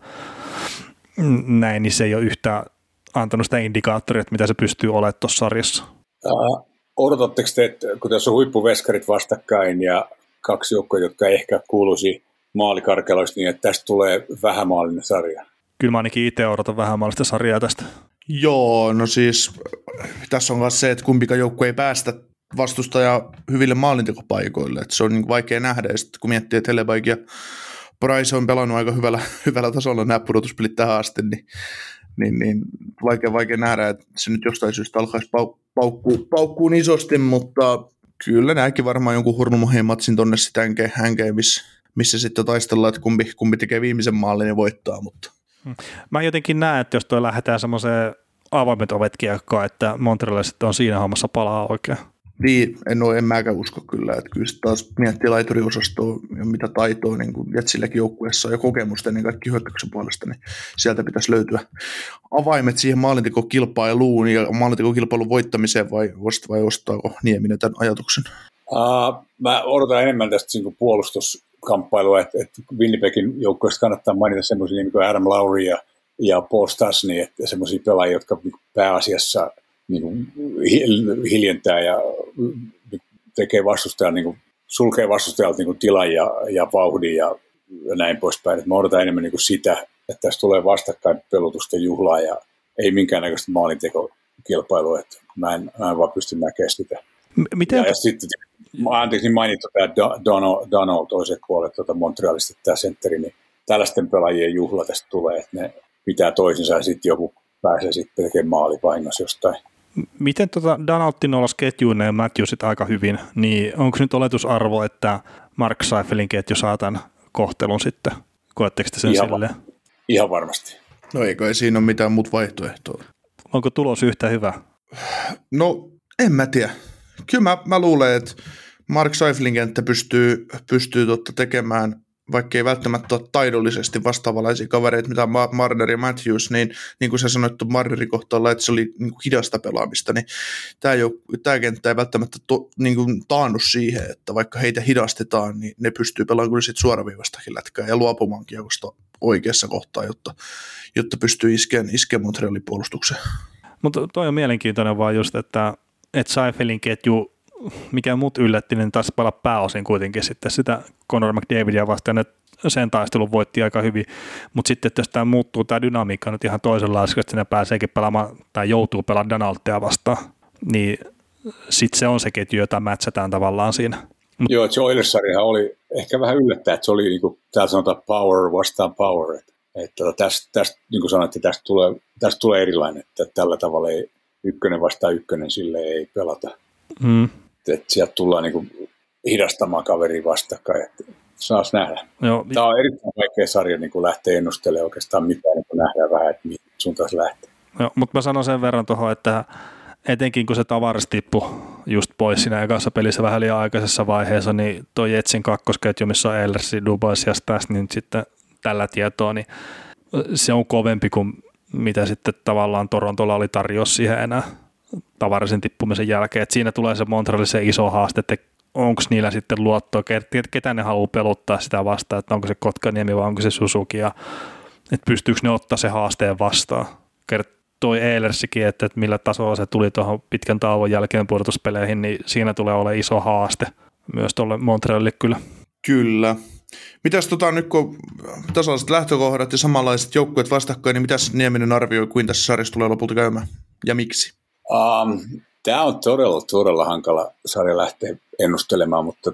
näin, niin se ei ole yhtään antanut sitä indikaattoria, että mitä se pystyy olemaan tuossa sarjassa. Odotatteko te, että kun tässä on huippuveskarit vastakkain ja kaksi joukkoa, jotka ehkä kuuluisi maalikarkeloista, niin että tästä tulee vähämaalinen sarja? Kyllä mä ainakin itse odotan vähämaalista sarjaa tästä. Joo, no siis tässä on myös se, että kumpikaan joukkue ei päästä vastustajaa hyville maalintekopaikoille, että se on niin vaikea nähdä, ja sitten kun miettii, että Hellebuyck ja Price on pelannut aika hyvällä tasolla nämä pudotuspelit tähän asti, niin vaikea nähdä, että se nyt jostain syystä alkaisi paukkuun isosti, mutta kyllä nämäkin varmaan jonkun hurnumoheen-matsin tonne sitten hänkeen, missä sitten taistellaan, että kumpi tekee viimeisen maalin ja voittaa. Mutta. Mä jotenkin näen, että jos toi lähdetään semmoiseen avaimet ovet kiekkoon, että Montrealaiset on siinä hommassa palaa oikein. Niin, en mäkään usko kyllä, että kyllä taas miettii laituriosastoa ja mitä taitoa niin kuin Jetsilläkin joukkueessa ja kokemusta ennen kaikki hyökkäyksen puolesta, niin sieltä pitäisi löytyä avaimet siihen maalintekokilpailuun ja maalintekokilpailun voittamiseen vai ostaako Nieminen tämän ajatuksen? Mä odotan enemmän tästä puolustuskamppailua, että Winnipegin joukkueesta kannattaa mainita semmoisia niin kuin Adam Lowry ja Paul Stastny, että semmoisia pelaajia, jotka pääasiassa niin hiljentää ja tekee vastustajan, niin sulkee vastustajalta niin tilan ja vauhdin ja näin poispäin. Et mä odotan enemmän niin sitä, että tässä tulee vastakkain pelutusten juhlaa ja ei minkäännäköistä maalintekokilpailua. Että mä en vaan pysty näkemään sitä. Ja sitten niin mainittu tämä Dono toisen puolelle Montrealista, tämä sentteri, niin tällaisten pelaajien juhla tästä tulee, että ne pitää toisensa ja sitten joku pääsee sitten tekemään maalipainossa jostain. Miten Donaldin nollasi ketjuineen ja Matthewsit aika hyvin, niin onko nyt oletusarvo, että Mark Seifelin ketju saa tämän kohtelun sitten? Koetteko te sen silleen? Ihan varmasti. No eikö siinä ole mitään muuta vaihtoehtoa. Onko tulos yhtä hyvä? No en mä tiedä. Kyllä mä luulen, että Mark Seifelin kenttä pystyy tekemään, vaikka ei välttämättä ole taidollisesti vastaavalaisia kavereita, mitä Marner ja Matthews, niin kuin sä sanoit Marnerin kohtaalla, että se oli niin kuin hidasta pelaamista, niin tämä kenttä ei välttämättä niin kuin taannut siihen, että vaikka heitä hidastetaan, niin ne pystyy pelaamaan kyllä sit suoraviivastakin lätkää ja luopumaan kiekosta oikeassa kohtaa, jotta pystyy iskeä Montrealin puolustukseen. Mutta toi on mielenkiintoinen vaan just, että Seifelin ketju, mikä mut yllätti, niin taisi pelaa pääosin kuitenkin sitten sitä Connor McDavidia vastaan, että sen taistelun voitti aika hyvin, mutta sitten jos tämä muuttuu, tämä dynamiikka nyt ihan toisenlaista, että sinne pääseekin pelaamaan tai joutuu pelaamaan Donaldia vastaan, niin sitten se on se ketju, jota matchataan tavallaan siinä. Joo, se Oilers-sarjahan oli ehkä vähän yllättäen, että se oli niin kuin täällä sanotaan power vastaan power, että tästä niin kuin sanoit, että tästä tulee erilainen, että tällä tavalla ei ykkönen vastaan ykkönen sille ei pelata. Että sieltä tullaan niin kuin hidastamaan kaveria vastakkain, että saas nähdä. Joo. Tämä on erittäin vaikea sarja niin kuin lähteä ennustelemaan oikeastaan mitään, niin kuin nähdään vähän, että mihin sun taas lähtee. Joo, mutta mä sanon sen verran tuohon, että etenkin kun se Tavares tippui just pois siinä ekassa pelissä vähän liian aikaisessa vaiheessa, niin tuo Jetsin kakkosketju, missä on Ehlers, Dubas ja Stas, niin sitten tällä tietoa, niin se on kovempi kuin mitä sitten tavallaan Torontolla oli tarjous siihen enää Tavaresen tippumisen jälkeen. Et siinä tulee se Montrealin se iso haaste, että onko niillä sitten luottoa, ketä ne haluaa peluttaa sitä vastaan, että onko se Kotkaniemi vai onko se Suzuki, ja että pystyykö ne ottaa se haasteen vastaan. Toi Ehlersikin, että millä tasolla se tuli tuohon pitkän tauon jälkeen pudotuspeleihin, niin siinä tulee olemaan iso haaste myös tuolle Montrealille kyllä. Kyllä. Mitäs nyt kun tasaiset lähtökohdat ja samanlaiset joukkueet vastakkain, niin mitäs Nieminen arvioi, kuin tässä sarjassa tulee lopulta käymään ja miksi? Tämä on todella hankala sarja lähteä ennustelemaan, mutta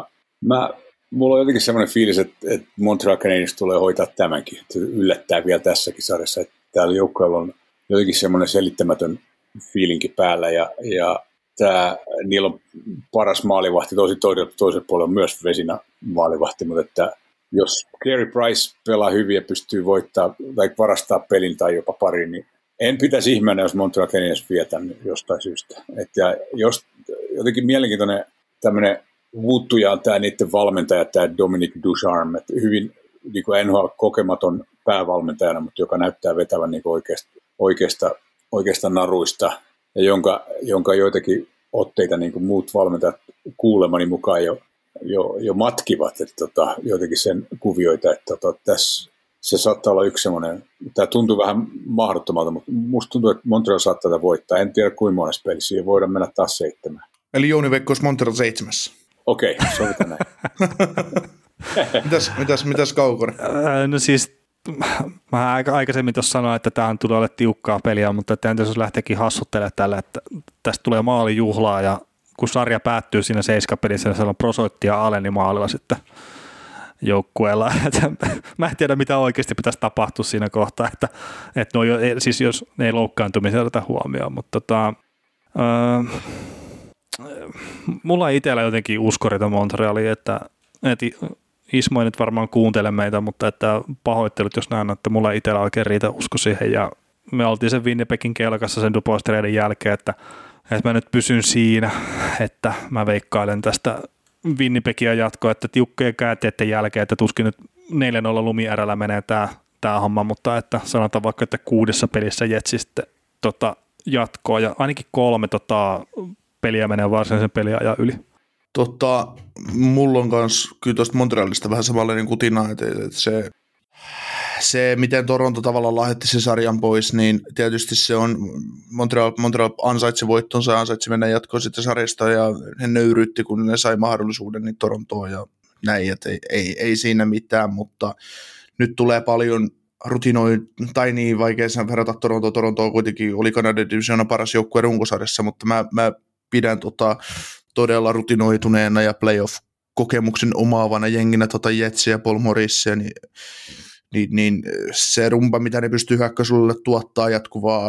mulla on jotenkin semmoinen fiilis, että Montreal Canadiens tulee hoitaa tämänkin, että yllättää vielä tässäkin sarjassa, että täällä joukkueella on jotenkin semmoinen selittämätön fiilinki päällä ja niillä on paras maalivahti, toisella puolella on myös Vesina maalivahti, mutta että jos Carey Price pelaa hyvin ja pystyy voittaa tai varastaa pelin tai jopa parin, niin en pitäisi ihmeänä, jos Montreal Canadiens vie tämän jostain syystä. Ja jos jotenkin mielenkiintoinen tämmöinen muuttuja on tämä niiden valmentaja, tämä Dominic Ducharme, että hyvin niin kuin NHL-kokematon päävalmentajana, mutta joka näyttää vetävän niin kuin oikeasta naruista, ja jonka joitakin otteita niin kuin muut valmentajat kuulemani mukaan jo matkivat, että joitakin sen kuvioita, että tässä se saattaa olla yksi semmoinen, tämä tuntuu vähän mahdottomalta, mutta musta tuntuu, että Montreal saattaa tätä voittaa. En tiedä kuinka monessa pelissä, siihen voidaan mennä taas 7. Eli Jouni Veikko Montreal 7. Okei, sovitaan näin. mitäs Kaukonen? No siis, mä aikaisemmin tuossa sanoin, että tämä tulee olemaan tiukkaa peliä, mutta entäs jos lähteekin hassuttelemaan tällä, että tästä tulee maalijuhlaa ja kun sarja päättyy siinä 7-pelissä, niin siellä on Prosoitti ja Aleni maalilla sitten joukkueella. Mä en tiedä, mitä oikeasti pitäisi tapahtua siinä kohtaa, että no, siis jos ne ei loukkaantumisia oteta huomioon, mutta mulla ei itsellä jotenkin uskorita Montrealia, että Ismo ei nyt varmaan kuuntele meitä, mutta että pahoittelut, jos näen, että mulla ei itsellä oikein riitä usko siihen, ja me oltiin sen Winnipegin kelkassa sen Dubois-treidin jälkeen, että mä nyt pysyn siinä, että mä veikkailen tästä Winnipegia jatkoa, että tiukkojen käänteiden jälkeen, että tuskin nyt 4-0 Lumierällä menee tämä homma, mutta että sanotaan vaikka, että 6 pelissä Jetsi sitten jatkoa, ja ainakin 3 peliä menee varsinaisen peliajan yli. Mulla on kanssa kyllä tuosta Montrealista vähän samanlainen kutina, että se, miten Toronto tavallaan lahjoitti sen sarjan pois, niin tietysti se on, Montreal ansaitsi voittonsa ja ansaitsi mennä jatkoon sitten sarjasta, ja he nöyryytti, kun ne sai mahdollisuuden niin Torontoon ja näin, että ei siinä mitään, mutta nyt tulee paljon tai niin vaikea verrata Torontoa. Toronto kuitenkin oli Kanadan divisioonan paras joukkue runkosarjassa, mutta mä pidän todella rutinoituneena ja playoff-kokemuksen omaavana jenginä Jetsiä ja Paul Morrisia, niin se rumpa, mitä ne pystyy hyökkäysuudelle tuottaa jatkuvaa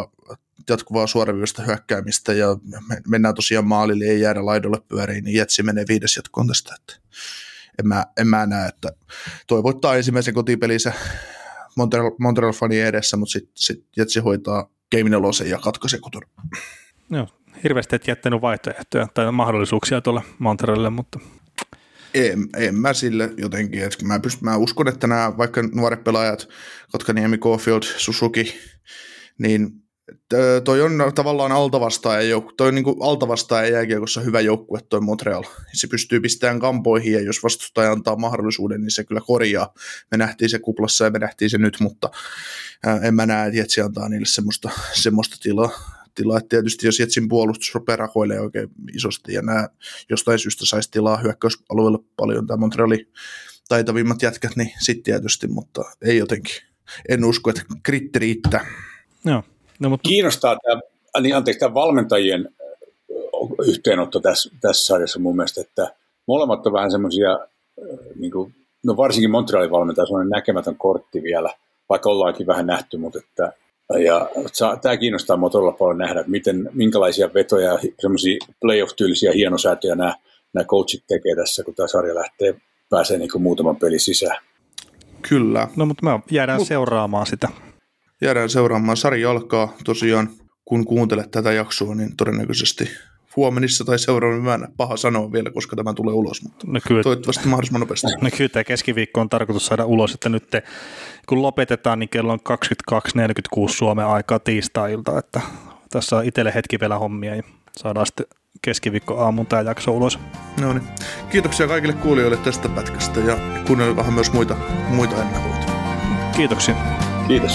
jatkuvaa suoravyöstä hyökkäämistä ja mennään tosiaan maalille, ei jäädä laidolle pyöriin, niin Jetsi menee 5. jatkoon tästä. Että en mä näe, että toi voittaa ensimmäisen kotipelinsä Montreal-fanien edessä, mutta sitten Jetsi hoitaa Game 4 ja katkaisee kotona. Joo, hirveästi et jättänyt vaihtoehtoja tai mahdollisuuksia tuolle Montrealille, mutta... En mä sille jotenkin, että mä uskon, että nämä vaikka nuoret pelaajat, Kotkaniemi, Caulfield, Suzuki, niin toi on tavallaan altavastaaja, toi on niin kuin altavastaaja jääkiekossa hyvä joukkue toi Montreal. Se pystyy pistämään kampoihin ja jos vastustaja antaa mahdollisuuden, niin se kyllä korjaa. Me nähtiin se kuplassa ja me nähtiin se nyt, mutta en mä näe, että Jetsi antaa niille semmoista tilaa. Tietysti jos Jetsin puolustus rupeaa rakoilee oikein isosti ja nämä jostain syystä saisi tilaa hyökkäysalueella paljon tämä Montrealin taitavimmat jätkät, niin sitten tietysti, mutta ei jotenkin. En usko, että kritti riittää. Joo. No, mutta... Kiinnostaa tämä valmentajien yhteenotto tässä sarjassa mun mielestä, että molemmat on vähän semmoisia, niin varsinkin Montrealin valmentaja, semmoinen näkemätön kortti vielä, vaikka ollaankin vähän nähty, mutta että ja tämä kiinnostaa mua todella paljon nähdä, että minkälaisia vetoja ja semmoisia playoff-tyylisiä hienosäätöjä nämä coachit tekee tässä, kun tämä sarja pääsee niin kuin muutaman pelin sisään. Kyllä. No mutta me jäädään seuraamaan sitä. Jäädään seuraamaan. Sarja alkaa tosiaan, kun kuuntelet tätä jaksoa, niin todennäköisesti huomenissa tai seuraavana paha sanoa vielä, koska tämä tulee ulos, mutta toivottavasti mahdollisimman nopeasti. No kyllä tämä keskiviikko on tarkoitus saada ulos, että nyt kun lopetetaan, niin kello on 22.46 Suomen aikaa tiistai-ilta, että tässä on itselle hetki vielä hommia ja saadaan sitten keskiviikko-aamun tämä jakso ulos. No niin. Kiitoksia kaikille kuulijoille tästä pätkästä ja kuunnellaan vähän myös muita ennakoita. Kiitoksia. Kiitos.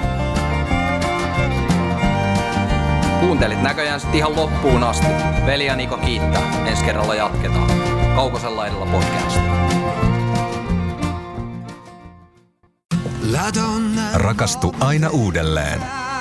Kuuntelit näköjään sitten ihan loppuun asti. Veli ja Niko kiittää. Ensi kerralla jatketaan. Kaukosen laidalla podcast. Rakastu aina uudelleen.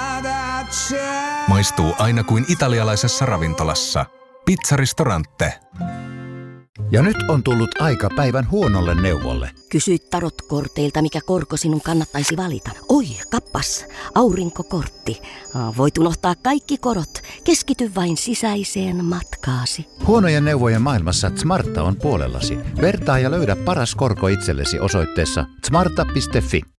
Maistuu aina kuin italialaisessa ravintolassa. Pizzaristorante. Ja nyt on tullut aika päivän huonolle neuvolle. Kysy tarotkorteilta, mikä korko sinun kannattaisi valita. Oi, kappas, aurinkokortti. Voit unohtaa kaikki korot. Keskity vain sisäiseen matkaasi. Huonojen neuvojen maailmassa Smarta on puolellasi. Vertaa ja löydä paras korko itsellesi osoitteessa smarta.fi.